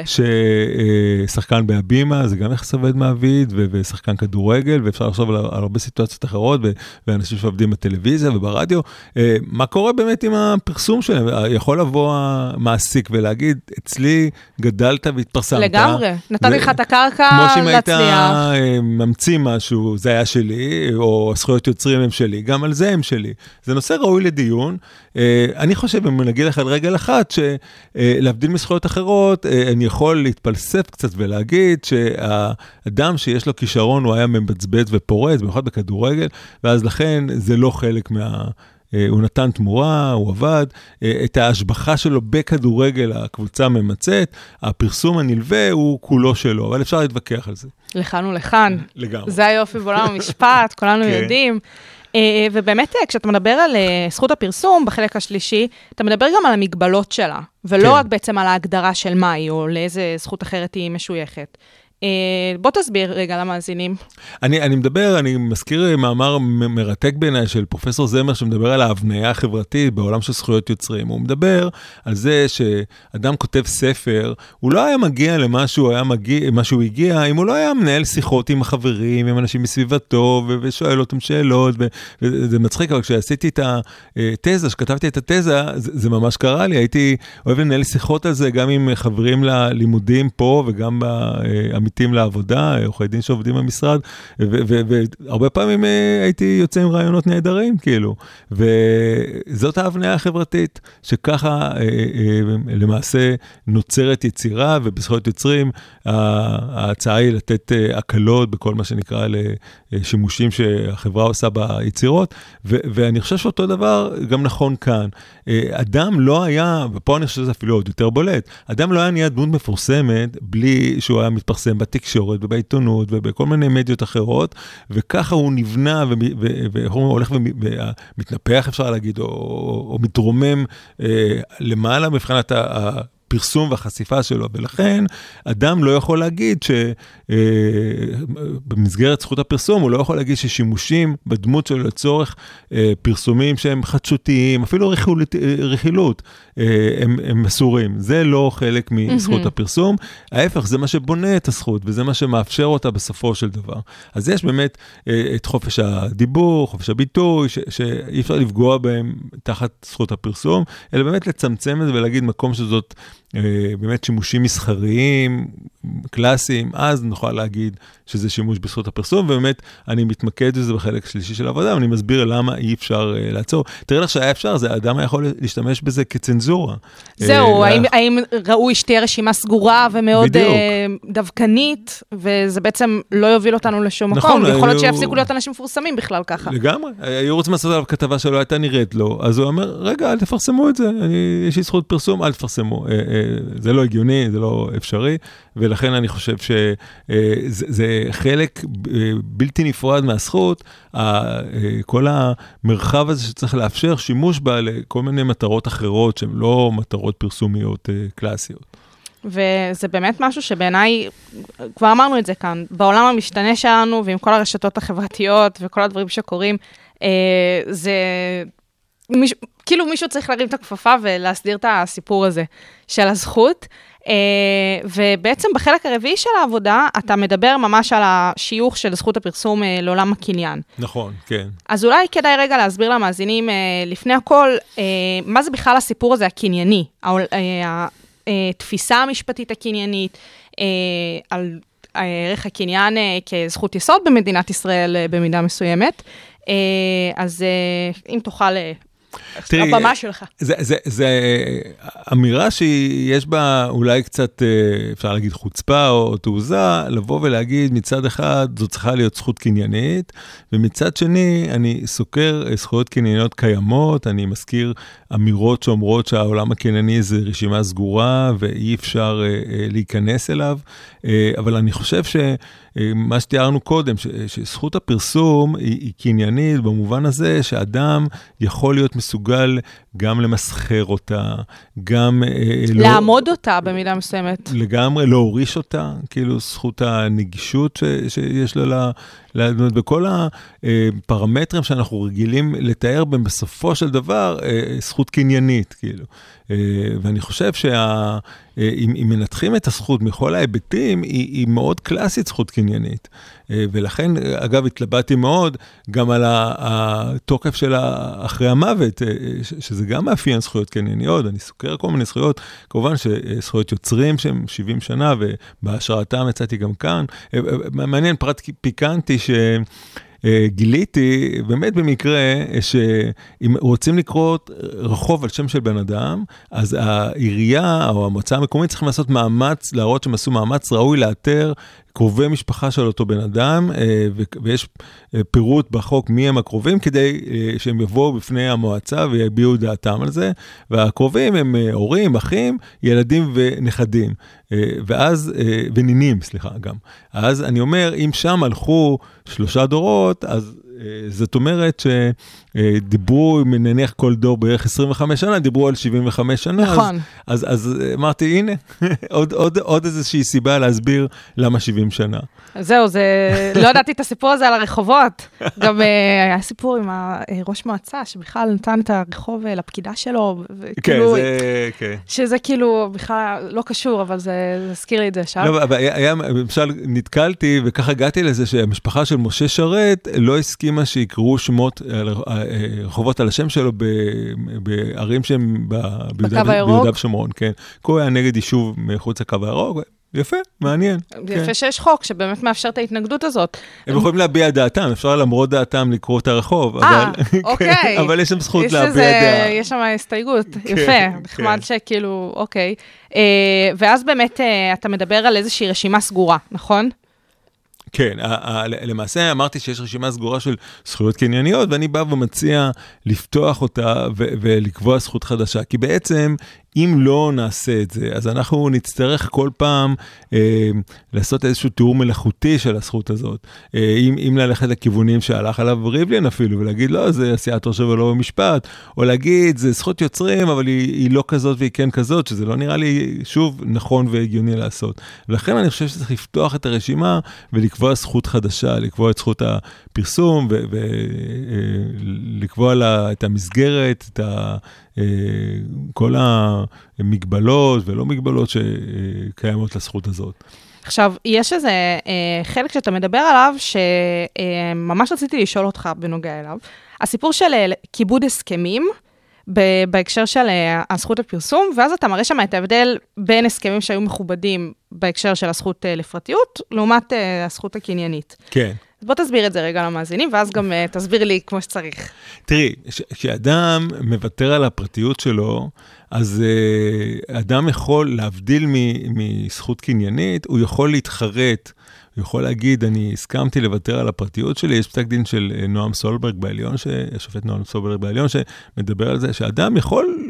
ששחקן בהבימה, זה גם יחסי עובד מעביד, ושחקן כדורגל, ואפשר לחשוב על הרבה סיטואציות אחרות, ואנשים שעובדים בטלוויזיה וברדיו. מה קורה באמת עם הפרסום שלהם? יכול לבוא מעסיק ולהגיד, אצלי גדלת והתפרסמת. לגמרי, נתתי לך את הקרקע כמו שאם היית להצליח. ממציא משהו, זה היה שלי, או הזכויות יוצרים הם שלי, גם על זה הם שלי. זה נושא ראוי לדיון. אני חושב, אם נגיד לך על רגל אחת, שלהבדיל מזכויות אחרות, אני יכול להתפלסף קצת ולהגיד שהאדם שיש לו כישרון, הוא היה מבצבץ ופורץ, במיוחד בכדורגל, ואז לכן זה לא חלק הוא נתן תמורה, הוא עבד, את ההשבחה שלו בכדורגל, הקבוצה ממצאת, הפרסום הנלווה הוא כולו שלו, אבל אפשר להתווכח על זה. לכאן ולכאן. לגמרי. זה היופי בעולם המשפט, כולנו יודעים. ובאמת, כשאתה מדבר על זכות הפרסום בחלק השלישי, אתה מדבר גם על המגבלות שלה, ולא רק בעצם על ההגדרה של מה היא, או לאיזה זכות אחרת היא משויכת. בוא תסביר רגע למאזינים. אני מזכיר מאמר מרתק בעיניי של פרופסור זמר, שמדבר על ההבניה החברתית בעולם של זכויות יוצרים. הוא מדבר על זה שאדם כותב ספר, הוא לא היה מגיע למה שהוא הגיע, אם הוא לא היה מנהל שיחות עם החברים, עם אנשים מסביבתו, ושואל אותם שאלות, וזה מצחיק, אבל כשעשיתי את התזה, שכתבתי את התזה, זה ממש קרה לי, הייתי אוהב לנהל שיחות על זה, גם עם חברים ללימודים פה, וגם עמיתים לעבודה, עורכי דין שעובדים במשרד, והרבה פעמים הייתי יוצא עם רעיונות נהדרים, כאילו. וזאת ההבניה החברתית, שככה למעשה נוצרת יצירה, ובזכויות יוצרים, ההצעה היא לתת הקלות בכל מה שנקרא לשימושים שהחברה עושה ביצירות, ואני חושב שאותו דבר גם נכון כאן. אדם לא היה, ופה אני חושב שזה אפילו עוד יותר בולט, אדם לא היה נהיה דמות מפורסמת, בלי שהוא היה מתפרסם בתקשורת ובעיתונות ובכל מיני מדיות אחרות, וככה הוא נבנה והולך ומתנפח, אפשר להגיד, או מתרומם למעלה מבחינת הפרסום והחשיפה שלו, ולכן אדם לא יכול להגיד שבמסגרת זכות הפרסום, הוא לא יכול להגיד ששימושים בדמות שלו לצורך פרסומים שהם חדשותיים, אפילו רכילות, הם מסורים. זה לא חלק מזכות הפרסום. ההפך, זה מה שבונה את הזכות, וזה מה שמאפשר אותה בסופו של דבר. אז יש באמת את חופש הדיבור, חופש הביטוי, שאי אפשר לפגוע בהם תחת זכות הפרסום, אלא באמת לצמצם את זה ולהגיד מקום שזאת באמת שימושים מסחריים, קלאסיים, אז נוכל להגיד שזה שימוש בזכות הפרסום, ובאמת אני מתמקד בזה בחלק שלישי של העבודה, ואני מסביר למה אי אפשר לעצור. תראה לך שהיה אפשר, האדם יכול להשתמש בזה כצנזורה. זהו, האם ראוי שתהיה רשימה סגורה ומאוד דווקנית, וזה בעצם לא יוביל אותנו לשום מקום, יכול להיות שיפסיקו להיות אנשים מפורסמים בכלל ככה. לגמרי, היו רוצים לעשות עליו כתבה שלא הייתה נראית לו, אז הוא אומר, רגע, אל תפרסמו את זה, יש לי זכות פרסום, אל תפרסמו. זה לא הגיוני, זה לא אפשרי, ולכן אני חושב שזה חלק בלתי נפרד מהזכות, כל המרחב הזה שצריך לאפשר שימוש בה לכל מיני מטרות אחרות, שהן לא מטרות פרסומיות קלאסיות. וזה באמת משהו שבעיניי, כבר אמרנו את זה כאן, בעולם המשתנה שלנו, ועם כל הרשתות החברתיות וכל הדברים שקורים, זה כאילו מישהו צריך להרים את הכפפה ולהסדיר את הסיפור הזה של הזכות, ובעצם בחלק הרביעי של העבודה, אתה מדבר ממש על השיוך של זכות הפרסום לעולם הקניין. נכון, כן. אז אולי כדאי רגע להסביר למאזינים, לפני הכל, מה זה בכלל הסיפור הזה הקנייני, התפיסה המשפטית הקניינית, על ערך הקניין כזכות יסוד במדינת ישראל במידה מסוימת. אז אם תוכל הבמה שלך. זה אמירה שיש בה אולי קצת, אפשר להגיד חוצפה או תעוזה, לבוא ולהגיד מצד אחד זו צריכה להיות זכות קניינית, ומצד שני אני סוקר זכויות קנייניות קיימות, אני מזכיר אמירות שאומרות שהעולם הקנייני זה רשימה סגורה ואי אפשר להיכנס אליו, אבל אני חושב מה שתיארנו קודם, שזכות הפרסום היא קניינית במובן הזה שאדם יכול להיות מסוגל גם למסחר אותה, גם לעמוד אותה במידה מסוימת. לגמרי, להוריש אותה, כאילו זכות הנגישות שיש לה, בכל הפרמטרים שאנחנו רגילים לתאר בהם בסופו של דבר, זכות קניינית, כאילו. ואני חושב אם מנתחים את הזכות מכל ההיבטים, היא מאוד קלאסית זכות קניינית. ולכן, אגב, התלבטתי מאוד גם על התוקף שלה אחרי המוות, שזה גם מאפיין זכויות קנייניות, אני סוקר כל מיני זכויות, כמובן שזכויות יוצרים שהם 70 שנה, ובהשראתם יצאתי גם כאן. מעניין, פרט פיקנטי גיליתי, באמת במקרה, שאם רוצים לקרוא רחוב על שם של בן אדם, אז העירייה או המועצה המקומית צריכים לעשות מאמץ, להראות שהם עשו מאמץ ראוי לאתר קרובי משפחה של אותו בן אדם, ויש פירוט בחוק מי הם הקרובים, כדי שהם יבואו בפני המועצה ויביעו דעתם על זה, והקרובים הם הורים, אחים, ילדים ונכדים, ונינים, סליחה, גם. אז אני אומר, אם שם הלכו 3 דורות, אז זאת אומרת שדיברו, נניח כל דור בערך 25 שנה, דיברו על 75 שנה. נכון. אז אמרתי, הנה, עוד איזושהי סיבה להסביר למה 70 שנה. זהו, לא ידעתי את הסיפור הזה על הרחובות. גם היה סיפור עם ראש מועצה, שבכלל נתן את הרחוב לפקידה שלו. כן, שזה כאילו בכלל לא קשור, אבל זה הזכיר לי את זה עכשיו. לא, אבל למשל, נתקלתי, וככה הגעתי לזה שהמשפחה של משה שרת לא הסכימה שיקראו שמות רחובות על השם שלו בערים שהם ביהודה ושומרון, כן. הוא היה נגד יישוב מחוץ לקו הירוק, יפה, מעניין. יפה שיש חוק שבאמת מאפשר את ההתנגדות הזאת. הם יכולים להביע דעתם, אפשר למרות דעתם לקרוא את הרחוב, אוקיי. אבל יש שם זכות להביע דעה. יש שם הסתייגות, יפה, נחמד שכאילו, אוקיי. ואז באמת אתה מדבר על איזושהי רשימה סגורה, נכון? כן, למעשה אמרתי שיש רשימה סגורה של זכויות קנייניות, ואני בא ומציע לפתוח אותה ולקבוע זכות חדשה, כי בעצם אם לא נעשה את זה, אז אנחנו נצטרך כל פעם לעשות איזשהו תיאור מלאכותי של הזכות הזאת. אם ללכת לכיוונים שהלך עליו ריבלין אפילו, ולהגיד, לא, זה עשיית ראש ולא במשפט, או להגיד, זה זכות יוצרים, אבל היא לא כזאת והיא כן כזאת, שזה לא נראה לי, שוב, נכון והגיוני לעשות. ולכן אני חושב שצריך לפתוח את הרשימה, ולקבוע זכות חדשה, לקבוע את זכות הפרסום, ולקבוע את המסגרת, את כל המגבלות ולא מגבלות שקיימות לזכות הזאת. עכשיו, יש איזה חלק שאתה מדבר עליו, שממש רציתי לשאול אותך בנוגע אליו. הסיפור של כיבוד הסכמים, בהקשר של הזכות לפרסום, ואז אתה מראה שם את ההבדל בין הסכמים שהיו מכובדים בהקשר של הזכות לפרטיות, לעומת הזכות הקניינית. כן. בוא תסביר את זה רגע למאזינים, ואז גם תסביר לי כמו שצריך. תראי, כשאדם מוותר על הפרטיות שלו, אז אדם יכול להבדיל מזכות קניינית, הוא יכול להתחרט, הוא יכול להגיד, אני הסכמתי לוותר על הפרטיות שלי, יש פסק דין של נועם סולברג בעליון, השופט נועם סולברג בעליון, שמדבר על זה, שאדם יכול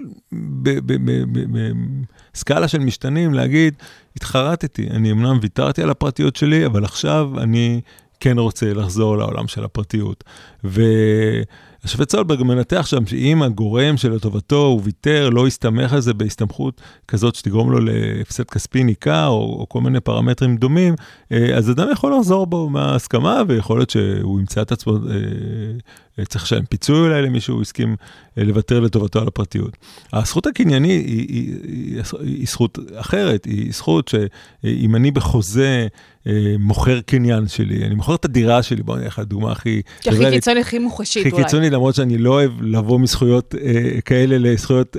בסקאלה של משתנים להגיד, התחרטתי, אני אמנם ויתרתי על הפרטיות שלי, אבל עכשיו אני כן רוצה לחזור לעולם של הפרטיות. והשופט סולברג מנתח שם שאם הגורם של לטובתו הוא ויתר, לא יסתמך על זה בהסתמכות כזאת שתגרום לו להפסד כספי ניכר, או כל מיני פרמטרים דומים, אז אדם יכול לחזור בו מההסכמה, ויכול להיות שהוא ימצא את עצמו, צריך לשלם פיצוי אולי למישהו, הוא הסכים לוותר לטובתו על הפרטיות. הזכות הקנייני היא זכות אחרת, היא זכות שאם אני בחוזה מוכר קניין שלי, אני מוכר את הדירה שלי, בואו נלך לדוגמה הכי קיצונית, הכי מוחשית אולי. הכי קיצונית, למרות שאני לא אוהב לבוא מזכויות כאלה לזכויות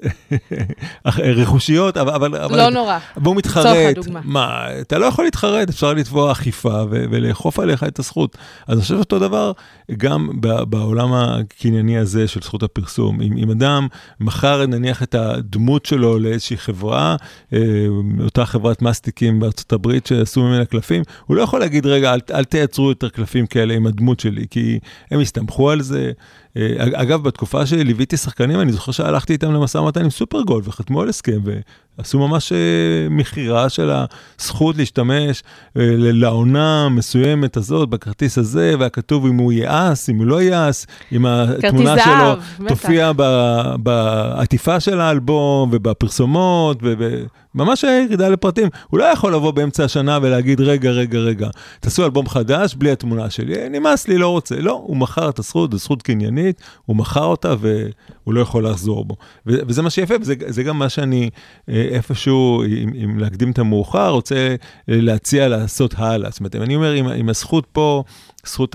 רכושיות, אבל... לא נורא. והוא מתחרט. מה, אתה לא יכול להתחרט, אפשר לתבוע אכיפה ולאכוף עליך את הזכות. אז אני חושב אותו דבר גם בעולם הקנייני הזה של זכות הפרסום. אם אדם מחר נניח את הדמות שלו לאיזושהי חברה, אותה חברת מסטיקים בארצות הברית שעשו ממנה קלפים, הוא לא יכול להגיד, רגע, אל תייצרו יותר קלפים כאלה עם הדמות שלי, כי הם הסתמכו על זה. אגב, בתקופה שליוויתי שחקנים, אני זוכר שהלכתי איתם למשא ומתן עם סופרגול, וחתמו על הסכם, ועשו ממש מחירה של הזכות להשתמש לעונה מסוימת הזאת, בכרטיס הזה, והכתוב אם הוא יעס, אם הוא לא יעס, אם התמונה שלו תופיע בעטיפה של האלבום, ובפרסומות, ממש ירידה לפרטים. הוא לא יכול לבוא באמצע השנה ולהגיד, רגע, תעשו אלבום חדש בלי התמונה שלי, נמאס לי, לא רוצה. לא, הוא מכר את הזכות, זו זכות קניינית, הוא מכר אותה והוא לא יכול לחזור בו. וזה מה שיפה, וזה גם מה שאני איפשהו, אם להקדים את המאוחר, רוצה להציע לעשות הלאה. זאת אומרת, אני אומר, אם הזכות פה, זכות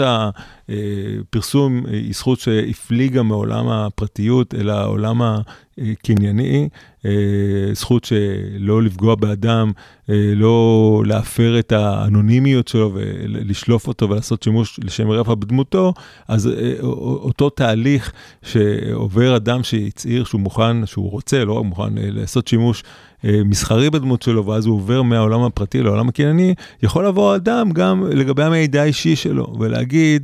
הפרסום היא זכות שהפליגה מעולם הפרטיות אל העולם הקנייני, זכות שלא לפגוע באדם, לא להפר את האנונימיות שלו ולשלוף אותו ולעשות שימוש לשם רפא בדמותו, אז אותו תהליך שעובר אדם שיצעיר שהוא מוכן, שהוא רוצה, לא מוכן לעשות שימוש מסחרי בדמות שלו, ואז הוא עובר מהעולם הפרטי לעולם הקנייני, יכול לבוא אדם גם לגבי המידע האישי שלו, ולהגיד,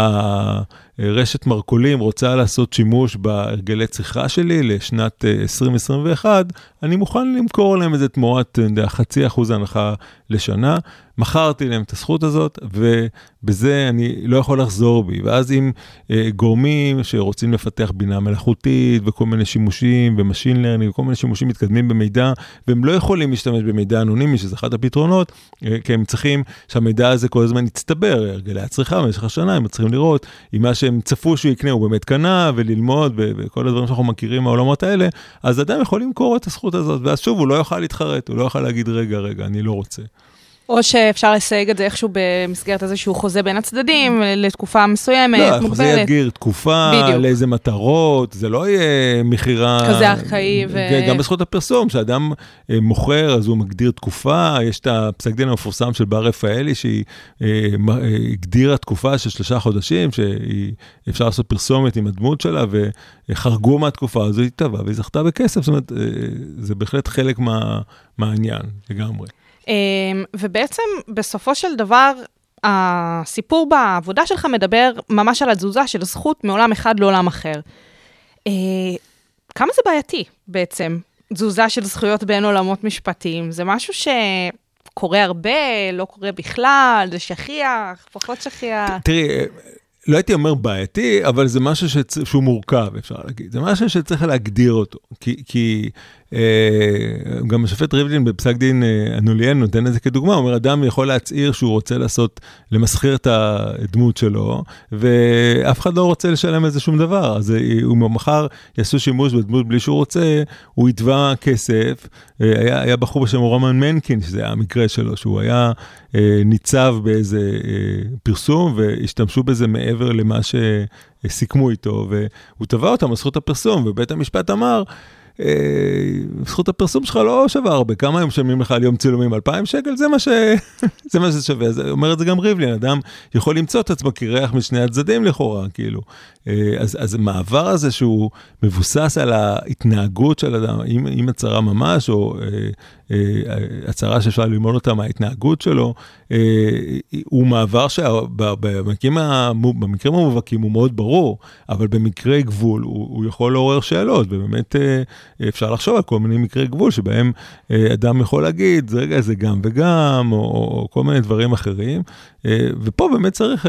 רשת מרקולים רוצה לעשות שימוש בהרגלי צריכה שלי לשנת 2021, אני מוכן למכור להם איזה תמורת 0.5% הנחה לשנה, מכרתי להם את הזכות הזאת, ובזה אני לא יכול לחזור בי. ואז אם גורמים שרוצים לפתח בינה מלאכותית, וכל מיני שימושים, ומשין לרנינג, וכל מיני שימושים מתקדמים במידע, והם לא יכולים להשתמש במידע אנונימי, שזה אחד הפתרונות, כי הם צריכים שהמידע הזה כל הזמן יצטבר, הרגלי הצריכה במשך השנה, הם צריכים לראות אם מה שהם צפו שהוא יקנה, הוא באמת קנה, וללמוד, וכל הדברים שאנחנו מכירים מהעולמות האלה, אז אדם יכול למכור את הזכות הזאת, ואז שוב, הוא לא יוכל להתחרט, הוא לא יוכל להגיד, רגע, אני לא רוצה. או שאפשר לסייג את זה איכשהו במסגרת איזשהו חוזה בין הצדדים, לתקופה מסוימת, מוגבלת. לא, חוזה יגיר תקופה, לאיזה מטרות, זה לא יהיה מחירה... כזה ארכאי גם בזכות הפרסום, שאדם מוכר, אז הוא מגדיר תקופה, יש את הפסק דין המפורסם של בר רפאלי, שהיא הגדירה תקופה של 3 חודשים, שאפשר לעשות פרסומת עם הדמות שלה, וחרגו מהתקופה, אז היא טבעה, והיא זכתה בכסף, זאת אומרת, זה בהחלט חלק מהעניין, לגמרי. ובעצם בסופו של דבר, הסיפור בעבודה שלך מדבר ממש על התזוזה של זכות מעולם אחד לעולם אחר. כמה זה בעייתי בעצם, תזוזה של זכויות בין עולמות משפטיים? זה משהו שקורה הרבה, לא קורה בכלל, זה שכיח, פחות שכיח? תראי, לא הייתי אומר בעייתי, אבל זה משהו שהוא מורכב, אפשר להגיד. זה משהו שצריך להגדיר אותו, כי גם השופט ריבלין בפסק דין אנוליאן נותן את זה כדוגמה, הוא אומר, אדם יכול להצעיר שהוא רוצה למסחר את הדמות שלו, ואף אחד לא רוצה לשלם על זה שום דבר, אז הוא מחר יעשו שימוש בדמות בלי שהוא רוצה, הוא יתבע כסף, היה בחור בשם רומן מנקין, שזה היה המקרה שלו, שהוא היה ניצב באיזה פרסום, והשתמשו בזה מעבר למה שסיכמו איתו, והוא תבע אותם על זכות הפרסום, ובית המשפט אמר, זכות הפרסום שלך לא שווה הרבה, כמה הם משלמים לך על יום צילומים? 2,000 שקל? זה מה שזה שווה. אז אומר את זה גם ריבלין, אדם יכול למצוא את עצמו כריח משני הצדדים לכאורה, כאילו. אז המעבר הזה שהוא מבוסס על ההתנהגות של אדם, אם הצהרה ממש, או הצהרה שאפשר ללמוד אותה מההתנהגות שלו, הוא מעבר שבמקרים המובהקים הוא מאוד ברור, אבל במקרי גבול הוא יכול לעורר שאלות, ובאמת אפשר לחשוב על כל מיני מקרי גבול, שבהם אדם יכול להגיד, רגע, זה גם וגם, או כל מיני דברים אחרים, ופה באמת צריך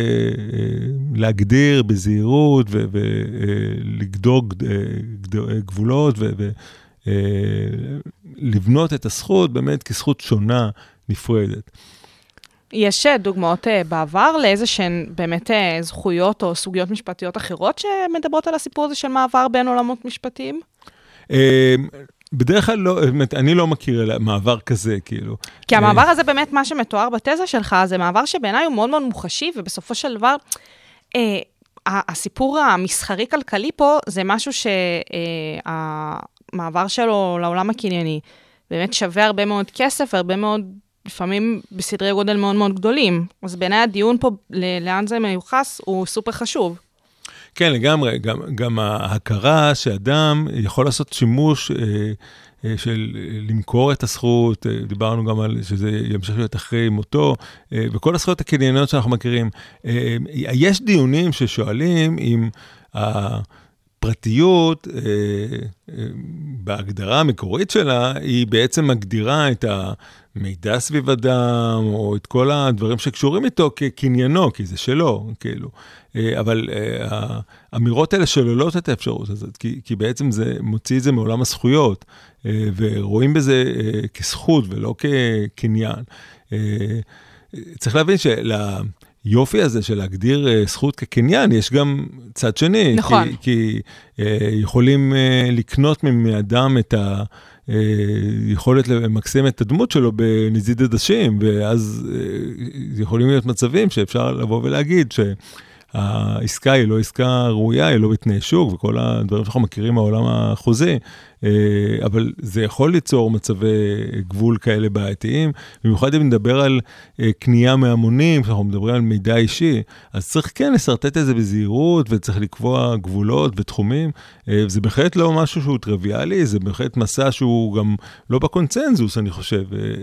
להגדיר בזהירות, ולגדור גבולות, ולבנות את הזכות באמת כזכות שונה, נפרדת. יש דוגמאות בעבר לאיזה שהן באמת זכויות או סוגיות משפטיות אחרות שמדברות על הסיפור הזה של מעבר בין עולמות משפטיים? בדרך כלל לא, אני לא מכיר מעבר כזה, כאילו. כי המעבר הזה באמת מה שמתואר בתזה שלך, זה מעבר שבעיניי הוא מאוד מאוד מוחשי, ובסופו של דבר, הסיפור המסחרי-כלכלי פה, זה משהו שהמעבר שלו לעולם הקנייני, באמת שווה הרבה מאוד כסף, הרבה מאוד, לפעמים בסדרי גודל מאוד מאוד גדולים. אז בעיניי הדיון פה, לאן זה מיוחס, הוא סופר חשוב. כן, לגמרי, גם ההכרה שאדם יכול לעשות שימוש של למכור את הזכות, דיברנו גם על שזה ימשיך להיות אחרי מותו, וכל הזכויות הקנייניות שאנחנו מכירים. יש דיונים ששואלים אם הפרטיות, בהגדרה המקורית שלה, היא בעצם מגדירה את המידע סביב אדם, או את כל הדברים שקשורים איתו כקניינו, כי זה שלו, כאילו. אבל האמירות האלה שוללות את האפשרות הזאת, כי בעצם זה מוציא את זה מעולם הזכויות, ורואים בזה כזכות ולא כקניין. צריך להבין יופי הזה של להגדיר זכות כקניין, יש גם צד שני. נכון. כי יכולים לקנות מאדם את היכולת למקסם את הדמות שלו בנזיד עדשים, ואז יכולים להיות מצבים שאפשר לבוא ולהגיד שהעסקה היא לא עסקה ראויה, היא לא בתנאי שוק, וכל הדברים שאנחנו מכירים מהעולם החוזי, אבל זה יכול ליצור מצבי גבול כאלה בעייתיים, במיוחד אם נדבר על קנייה מהמונים, כשאנחנו מדברים על מידע אישי, אז צריך כן לסרטט את זה בזהירות, וצריך לקבוע גבולות ותחומים, זה בהחלט לא משהו שהוא טריוויאלי, זה בהחלט מסע שהוא גם לא בקונצנזוס, אני חושב.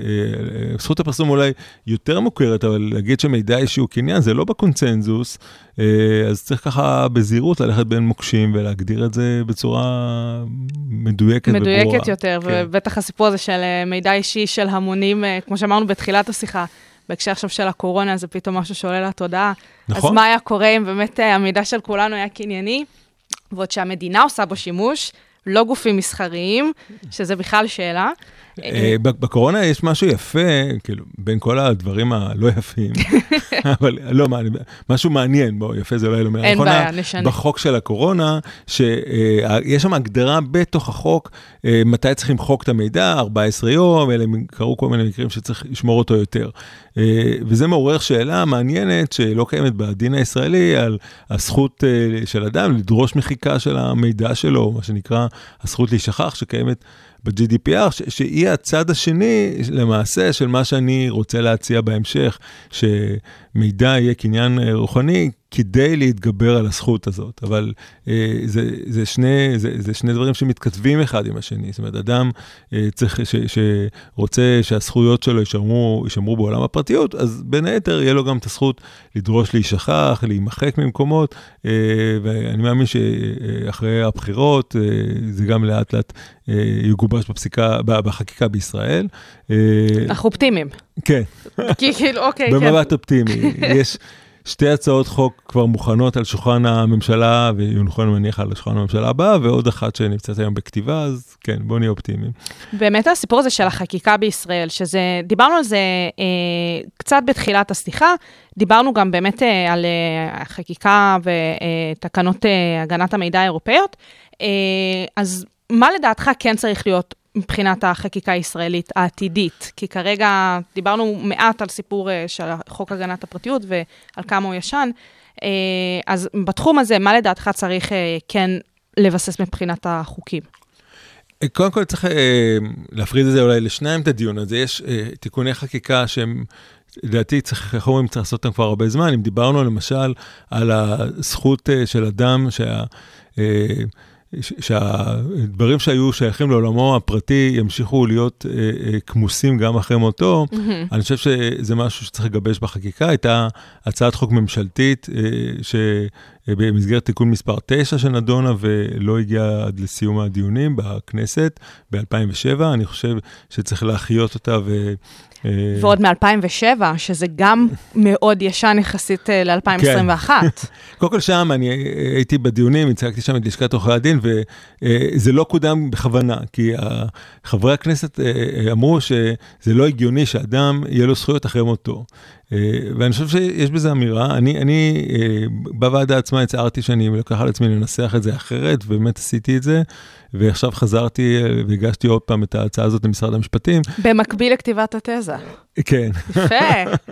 זכות הפרסום אולי יותר מוכרת, אבל להגיד שמידע אישי הוא קניין, זה לא בקונצנזוס, אז צריך ככה בזהירות ללכת בין מוקשים, ולהגדיר את זה בצורה מדויקת יותר, ובטח הסיפור הזה של מידע אישי של המונים, כמו שאמרנו בתחילת השיחה, בהקשר עכשיו של הקורונה, זה פתאום משהו שעולה לתודעה. נכון. אז מה היה קורה אם באמת המידע של כולנו היה קנייני, ועוד שהמדינה עושה בו שימוש, לא גופים מסחריים, שזה בכלל שאלה. בקורונה יש משהו יפה, כאילו, בין כל הדברים הלא יפים, אבל לא, משהו מעניין, בוא, יפה זה אולי לא מילה נכונה. אין בעיה, נשנה. בחוק של הקורונה, שיש שם הגדרה בתוך החוק, מתי צריכים חוק את המידע, 14 יום, אלה קראו כל מיני מקרים שצריך לשמור אותו יותר. וזה מעורר שאלה מעניינת, שלא קיימת בדין הישראלי, על הזכות של אדם לדרוש מחיקה של המידע שלו, מה שנקרא הזכות להישכח, שקיימת ב-GDPR, שהיא הצד השני למעשה של מה שאני רוצה להציע בהמשך, שמידע יהיה קניין רוחני, כדי להתגבר על הזכות הזאת. אבל זה שני דברים שמתכתבים אחד עם השני. זאת אומרת, אדם צריך שרוצה שהזכויות שלו יישמרו בעולם הפרטיות, אז בין היתר יהיה לו גם את הזכות לדרוש להישכח, להימחק ממקומות, ואני מאמין שאחרי הבחירות, זה גם לאט לאט יגובש בחקיקה בישראל. אנחנו אופטימיים. כן. כאילו, אוקיי, כן. במבט אופטימי. יש שתי הצעות חוק כבר מוכנות על שולחן הממשלה, ויונחו מניח על שולחן הממשלה הבאה, ועוד אחת שנמצאת היום בכתיבה, אז כן, בואו נהיה אופטימיים. באמת הסיפור הזה של החקיקה בישראל, דיברנו על זה קצת בתחילת השיחה, דיברנו גם באמת על חקיקה ותקנות הגנת המידע האירופאיות, אז מה לדעתך כן צריך להיות מבחינת החקיקה הישראלית העתידית? כי כרגע דיברנו מעט על סיפור של חוק הגנת הפרטיות ועל כמה הוא ישן, אז בתחום הזה, מה לדעתך צריך כן לבסס מבחינת החוקים? קודם כל צריך להפריד את זה אולי לשניים את הדיון הזה, יש תיקוני חקיקה שהם לדעתי צריך לעשות אותם כבר הרבה זמן, אם דיברנו למשל על הזכות של אדם שהדברים שהיו שייכים לעולמו הפרטי ימשיכו להיות כמוסים גם אחרי מותו, אני חושב שזה משהו שצריך לגבש בחקיקה, הייתה הצעת חוק ממשלתית שבמסגרת תיקון מספר 9 שנדונה ולא הגיעה עד לסיום הדיונים בכנסת ב-2007, אני חושב שצריך להחיות אותה ועוד מ-2007, שזה גם מאוד ישן יחסית ל-2021. קודם כל שם, אני הייתי בדיונים, הצגתי שם את לשכת עורכי הדין, וזה לא קודם בכוונה, כי חברי הכנסת אמרו שזה לא הגיוני שאדם יהיה לו זכויות אחרי מותו. ואני חושב שיש בזה אמירה, אני בוועדה עצמה הצערתי שאני לקח על עצמי לנסח את זה אחרת, ובאמת עשיתי את זה, ועכשיו חזרתי והגשתי עוד פעם את ההצעה הזאת למשרד המשפטים. במקביל לכתיבת התזה. כן. יפה.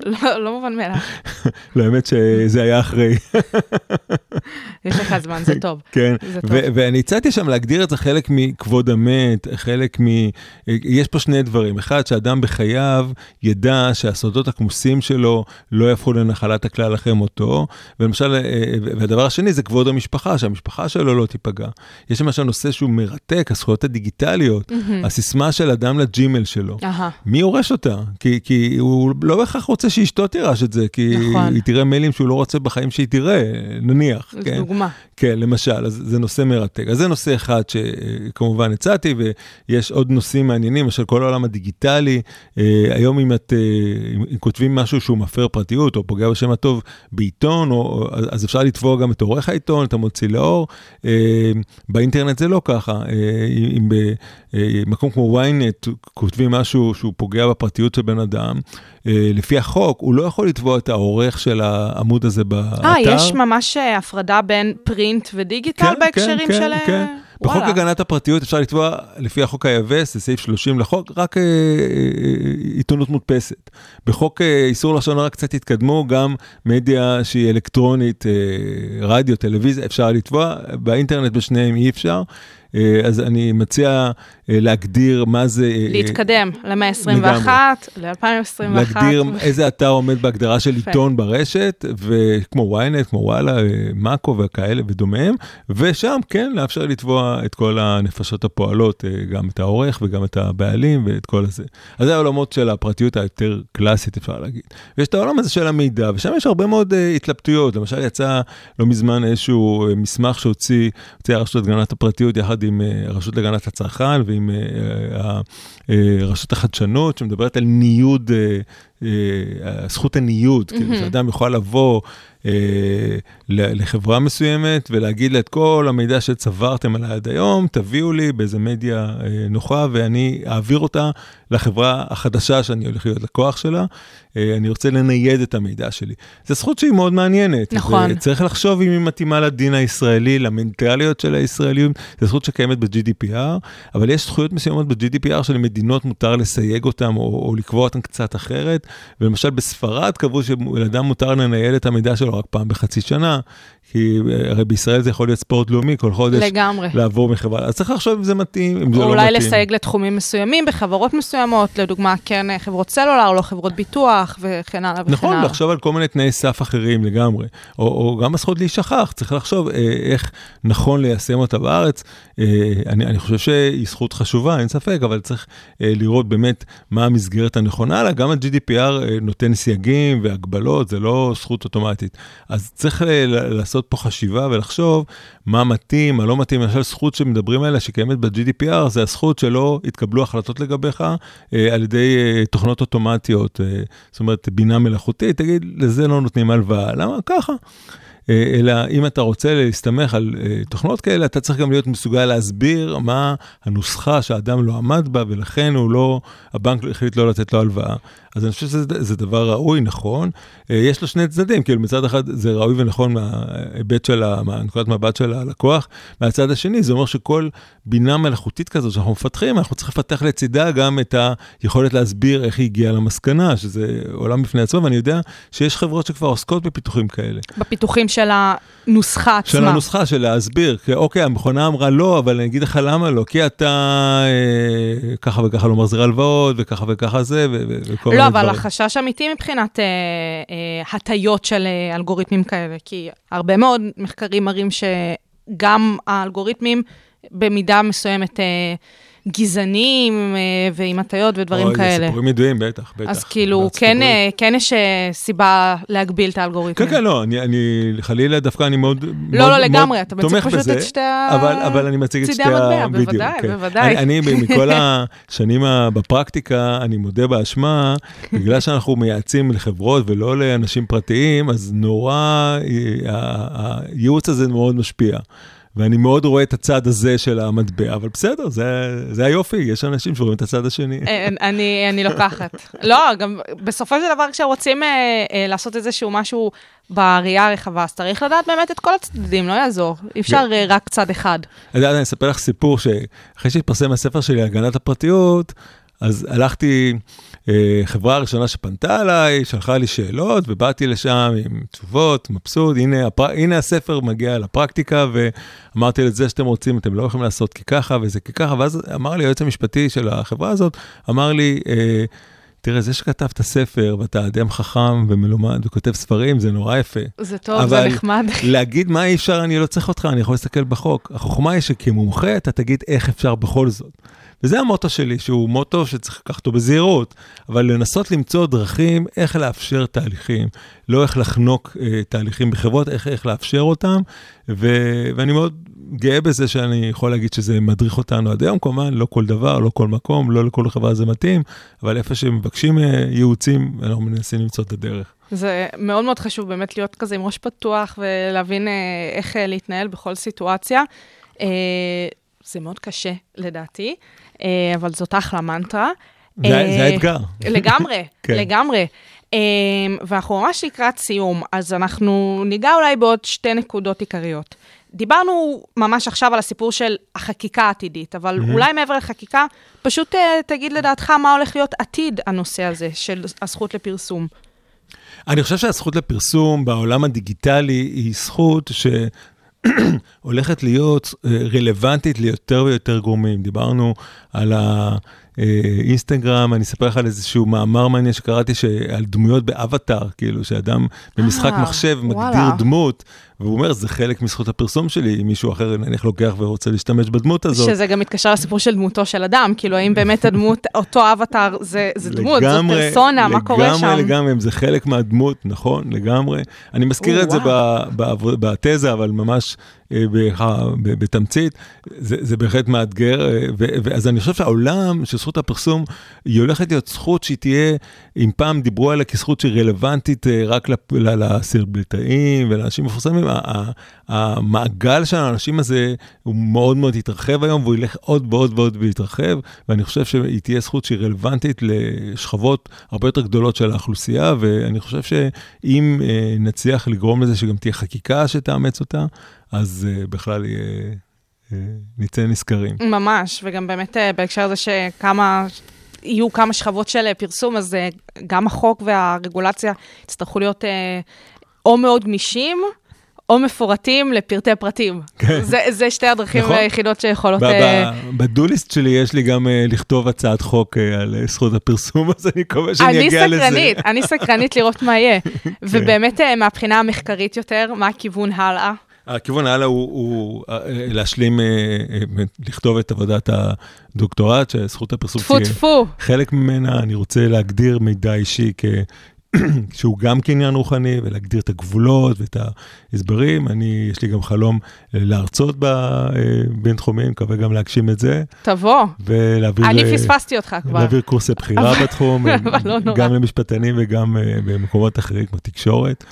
לא מובן מאליו. לא, האמת שזה היה אחרי. יש לך זמן, זה טוב. כן, זה טוב. ואני הצעתי שם להגדיר את זה חלק מכבוד המת, יש פה שני דברים. אחד, שאדם בחייו ידע שהסודות הכמוסים שלו לא יהפכו לנחלת הכלל אחרי מותו, והדבר השני זה כבוד המשפחה, שהמשפחה שלו לא תיפגע. יש למשל נושא שהוא מרתק, הזכויות הדיגיטליות, הסיסמה של אדם לג'ימל שלו. מי יורש אותה? כי הוא לא בהכרח רוצה שאשתו תירש את זה, כי היא תראה מיילים שהוא לא רוצה בחיים שהיא תראה, נניח. זו דוגמה. כן, למשל, אז זה נושא מרתק. אז זה נושא אחד שכמובן הצעתי, ויש עוד נושאים מעניינים, למשל כל העולם הדיגיטלי, היום אם כותבים משהו שהוא מפר פרטיות, או פוגע בשם הטוב בעיתון, אז אפשר לתבוע גם את עורך העיתון, את המוציא לאור. באינטרנט זה לא ככה. אם במקום כמו ynet כותבים משהו שהוא פוגע בפרטיות של בן אדם, לפי החוק, הוא לא יכול לתבוע את העורך של העמוד הזה באתר. יש ממש הפרדה בין פרינט ודיגיטל בהקשרים של... כן. בחוק הגנת הפרטיות אפשר לתבוע, לפי החוק היבש, זה סעיף 30 לחוק, רק עיתונות מודפסת. בחוק איסור לשון הרע קצת התקדמו, גם מדיה שהיא אלקטרונית, רדיו, טלוויזיה, אפשר לתבוע, באינטרנט בשניהם אי אפשר. אז אני מציע להגדיר מה זה... להתקדם ל-121, ל-2021. להגדיר איזה אתר עומד בהגדרה של עיתון ברשת, וכמו ynet, כמו וואלה, מאקו וכאלה ודומיהם, ושם כן לאפשר לתבוע את כל הנפשות הפועלות, גם את העורך וגם את הבעלים ואת כל הזה. אז זה העולמות של הפרטיות היותר קלאסית, אפשר להגיד. ויש את העולם הזה של המידע, ושם יש הרבה מאוד התלבטויות. למשל יצא לא מזמן איזשהו מסמך שהוציא הרשות להגנת הפרטיות יחד עם הרשות להגנת הצרכן ועם רשות החדשנות, שמדברת על ניוד, זכות הניוד, כאילו שאדם יכול לבוא לחברה מסוימת ולהגיד לה את כל המידע שצברתם עליי עד היום, תביאו לי באיזה מדיה נוחה ואני אעביר אותה לחברה החדשה שאני הולך להיות לקוח שלה, אני רוצה לנייד את המידע שלי. זו זכות שהיא מאוד מעניינת. נכון. וצריך לחשוב אם היא מתאימה לדין הישראלי, למנטליות של הישראלים, זו זכות שקיימת ב-GDPR, אבל יש זכויות מסוימות ב-GDPR שלמדינות מותר לסייג אותם או לקבוע אותם קצת אחרת, ולמשל בספרד קבעו שלאדם מותר לנייד את המידע שלו רק פעם בחצי שנה, כי הרי בישראל זה יכול להיות ספורט לאומי, כל חודש לגמרי. לעבור מחברה. אז צריך לחשוב אם זה מתאים, אם זה לא מתאים. אולי לסייג לתחומים מסוימים, בחברות מסוימות, לדוגמה, כן, חברות סלולר, לא חברות ביטוח, וכן הלאה וכן נכון, הלאה. לחשוב על כל מיני תנאי סף אחרים לגמרי. או גם הזכות להישכח, צריך לחשוב איך נכון ליישם אותה בארץ. אני חושב שהיא זכות חשובה, אין ספק, אבל צריך לראות באמת מה המסגרת הנכונה לה. גם ה-GDPR נותן סייגים והגבלות, זה לא זכות אוטומטית. אז צריך לעשות פה חשיבה ולחשוב מה מתאים, מה לא מתאים. למשל, זכות שמדברים עליה שקיימת ב-GDPR, זה הזכות שלא התקבלו החלטות לגביך על ידי תוכנות אוטומטיות, זאת אומרת, בינה מלאכותית, תגיד, לזה לא נותנים הלוואה. למה? ככה. אלא אם אתה רוצה להסתמך על תוכנות כאלה, אתה צריך גם להיות מסוגל להסביר מה הנוסחה שהאדם לא עמד בה, ולכן הבנק החליט לא לתת לו הלוואה. אז אני חושב שזה דבר ראוי, נכון. יש לו שני צדדים, כאילו מצד אחד זה ראוי ונכון מההיבט של, מהנקודת מבט של הלקוח, מהצד השני זה אומר שכל בינה מלאכותית כזאת שאנחנו מפתחים, אנחנו צריכים לפתח לצידה גם את היכולת להסביר איך היא הגיעה למסקנה, שזה עולם בפני עצמו, ואני יודע שיש חברות שכבר עוסקות בפיתוחים כאלה. בפיתוחים של הנוסחה עצמה. של הנוסחה, של להסביר, כי אוקיי, המכונה אמרה לא, אבל אני אגיד לך למה לא, כי אתה ככה וככה לא מחזיר הלוואות, וככה וככה זה, וכל לא, אבל החשש אמיתי מבחינת הטיות של אלגוריתמים כאלה, כי הרבה מאוד מחקרים מראים שגם האלגוריתמים במידה מסוימת גזענים ועם הטיות ודברים כאלה. סיפורים ידועים, בטח. אז כאילו, כן יש סיבה להגביל את האלגוריתמים. כן, לא, אני חלילה דווקא אני מאוד לא, לגמרי, אתה מציג פשוט את שתי אבל אני מציג את שתי בוודאי, בוודאי. אני מכל השנים בפרקטיקה, אני מודה באשמה, בגלל שאנחנו מייעצים לחברות ולא לאנשים פרטיים, אז נורא, הייעוץ הזה מאוד משפיע. ואני מאוד רואה את הצד הזה של המטבע, אבל בסדר, זה היופי, יש אנשים שרואים את הצד השני. אני לוקחת. לא, גם בסופו של דבר כשרוצים לעשות איזשהו משהו בראייה הרחבה, אז צריך לדעת באמת את כל הצדדים, לא יעזור. אי אפשר רק צד אחד. אני אספר לך סיפור שאחרי שהתפרסם הספר שלי, הגנת הפרטיות, אז הלכתי, חברה הראשונה שפנתה עליי, שלחה לי שאלות, ובאתי לשם עם תשובות, מבסוט, הנה הספר מגיע לפרקטיקה, ואמרתי לזה שאתם רוצים, אתם לא יכולים לעשות ככה וזה ככה, ואז אמר לי, היועץ המשפטי של החברה הזאת, אמר לי, תראה, זה שכתבת ספר, ואתה אדם חכם ומלומד, וכותב ספרים, זה נורא יפה. זה טוב, זה נחמד. אבל להגיד מה אי אפשר, אני לא צריך אותך, אני יכול להסתכל בחוק. החוכמה היא שכמומחה, אתה תגיד איך אפשר בכל זאת. וזה המוטו שלי, שהוא מוטו שצריך לקחת אותו בזהירות, אבל לנסות למצוא דרכים איך לאפשר תהליכים, לא איך לחנוק תהליכים בחברות, איך לאפשר אותם, ואני מאוד גאה בזה שאני יכול להגיד שזה מדריך אותנו עד היום, כמובן, לא כל דבר, לא כל מקום, לא לכל חברה זה מתאים, אבל איפה שמבקשים ייעוצים, אנחנו מנסים למצוא את הדרך. זה מאוד מאוד חשוב באמת להיות כזה עם ראש פתוח, ולהבין איך להתנהל בכל סיטואציה. זה מאוד קשה לדעתי, אבל זאת אחלה מנטרה. זה האתגר. לגמרי, לגמרי. ואנחנו ממש לקראת סיום, אז אנחנו ניגע אולי בעוד 2 נקודות עיקריות. דיברנו ממש עכשיו על הסיפור של החקיקה העתידית, אבל אולי מעבר לחקיקה, פשוט תגיד לדעתך מה הולך להיות עתיד הנושא הזה של הזכות לפרסום. אני חושב שהזכות לפרסום בעולם הדיגיטלי היא זכות הולכת להיות רלוונטית ליותר ויותר גורמים. דיברנו על האינסטגרם, אני אספר לך על איזשהו מאמר מעניין שקראתי על דמויות באבטר, כאילו שאדם במשחק מחשב מגדיר דמות, והוא אומר, זה חלק מזכות הפרסום שלי, אם מישהו אחר נניח לוקח ורוצה להשתמש בדמות הזאת. שזה גם מתקשר לסיפור של דמותו של אדם, כאילו האם באמת הדמות, אותו אבטר, זה דמות, זאת פרסונה, מה קורה שם? לגמרי, זה חלק מהדמות, נכון, לגמרי. אני מזכיר את זה בתזה, אבל ממש בתמצית, זה בהחלט מאתגר, אז אני חושב שהעולם של זכות הפרסום, היא הולכת להיות זכות שהיא תהיה, אם פעם דיברו עליה כזכות שהיא רלוונטית רק לסרבליטאים ולאנשים מפורסמים, המעגל של האנשים הזה הוא מאוד מאוד יתרחב היום, והוא ילך עוד ועוד ועוד ויתרחב, ואני חושב שהיא תהיה זכות שהיא רלוונטית לשכבות הרבה יותר גדולות של האוכלוסייה, ואני חושב שאם נצליח לגרום לזה שגם תהיה חקיקה שתאמץ אותה, אז בכלל נצא נזכרים. ממש, וגם באמת בהקשר הזה יהיו כמה שכבות של פרסום, אז גם החוק והרגולציה יצטרכו להיות או מאוד גמישים, או מפורטים לפרטי פרטים. זה 2 הדרכים היחידות שיכולות... בדוליסט שלי יש לי גם לכתוב הצעת חוק על זכות הפרסום, אז אני מקווה שאני אגיע לזה. אני סקרנית לראות מה יהיה. ובאמת מהבחינה המחקרית יותר, מה הכיוון הלאה? הכיוון הלאה הוא להשלים, לכתוב את עבודת הדוקטורט, שזכות הפרסום תהיה חלק ממנה. אני רוצה להגדיר מידע אישי שהוא גם כעניין רוחני, ולהגדיר את הגבולות ואת ההסברים. יש לי גם חלום להרצות בין תחומים, מקווה גם להגשים את זה. תבוא. אני פספסתי אותך כבר. להעביר קורסי בחירה בתחום, גם למשפטנים וגם במקומות אחרים, כמו תקשורת.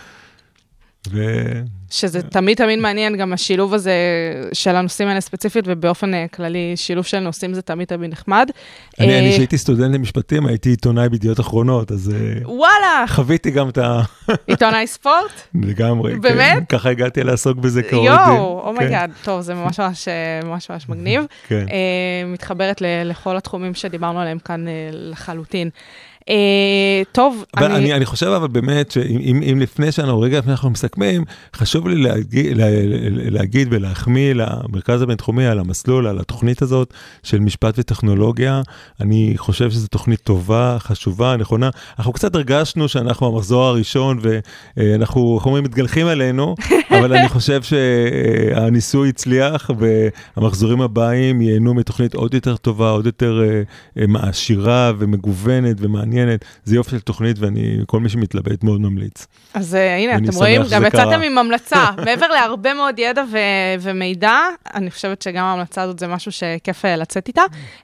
שזה תמיד מעניין, גם השילוב הזה של הנושאים האלה ספציפית, ובאופן כללי שילוב של נושאים זה תמיד נחמד. אני שהייתי סטודנט למשפטים, הייתי עיתונאי בידיעות אחרונות, אז וואלה! חוויתי גם את עיתונאי ספורט? לגמרי. באמת? ככה הגעתי לעסוק בזה כעוד. יואו, אומייגאד, טוב, זה ממש ממש מגניב. מתחברת לכל התחומים שדיברנו עליהם כאן לחלוטין. טוב, אני חושב אבל באמת שאם לפני שאנחנו מסכמים, חשוב לי להגיד ולהחמיא למרכז הבינתחומי על המסלול, על התוכנית הזאת של משפט וטכנולוגיה. אני חושב שזו תוכנית טובה, חשובה, נכונה. אנחנו קצת הרגשנו שאנחנו המחזור הראשון, ואנחנו מתגלחים עלינו, אבל אני חושב שהניסוי הצליח, והמחזורים הבאים ייהנו מתוכנית עוד יותר טובה, עוד יותר מעשירה ומגוונת ומעניינת. זה יופי של תוכנית, וכל מי שמתלבט מאוד ממליץ. אז הנה, אתם רואים, גם יצאתם עם המלצה. מעבר להרבה מאוד ידע ומידע, אני חושבת שגם ההמלצה הזאת זה משהו שכיף לצאת איתה,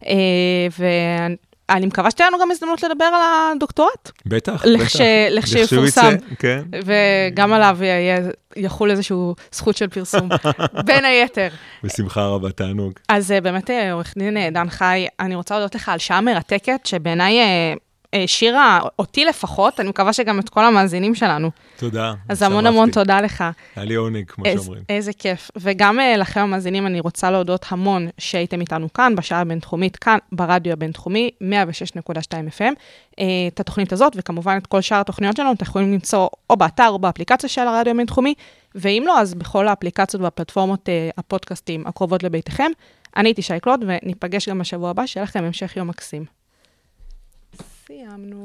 ואני מקווה שתהיה לנו גם הזדמנות לדבר על הדוקטורט. בטח, לכשיפורסם. וגם עליו יחול איזשהו זכות של פרסום, בין היתר. בשמחה רבה, תענוג. אז באמת, עורך דין דן חי, אני רוצה להודות לך על שעה מרתקת, שבעיניי שהשאירה אותי לפחות, אני מקווה שגם את כל המאזינים שלנו. תודה. אז המון המון תודה לך. היה לי עונג, כמו שאומרים. איזה כיף. וגם לכם המאזינים, אני רוצה להודות המון שהייתם איתנו כאן, בשעה הבינתחומית, כאן ברדיו הבינתחומי, 106.2 FM. את התוכנית הזאת, וכמובן את כל שאר התוכניות שלנו, אתם יכולים למצוא או באתר או באפליקציה של הרדיו הבינתחומי, ואם לא, אז בכל האפליקציות והפלטפורמות הפודקאסטים הקרובות לביתכם. אני הייתי שי קלוט, וניפגש גם בשבוע הבא, שיהיה לכם המשך יום מקסים. סיימנו.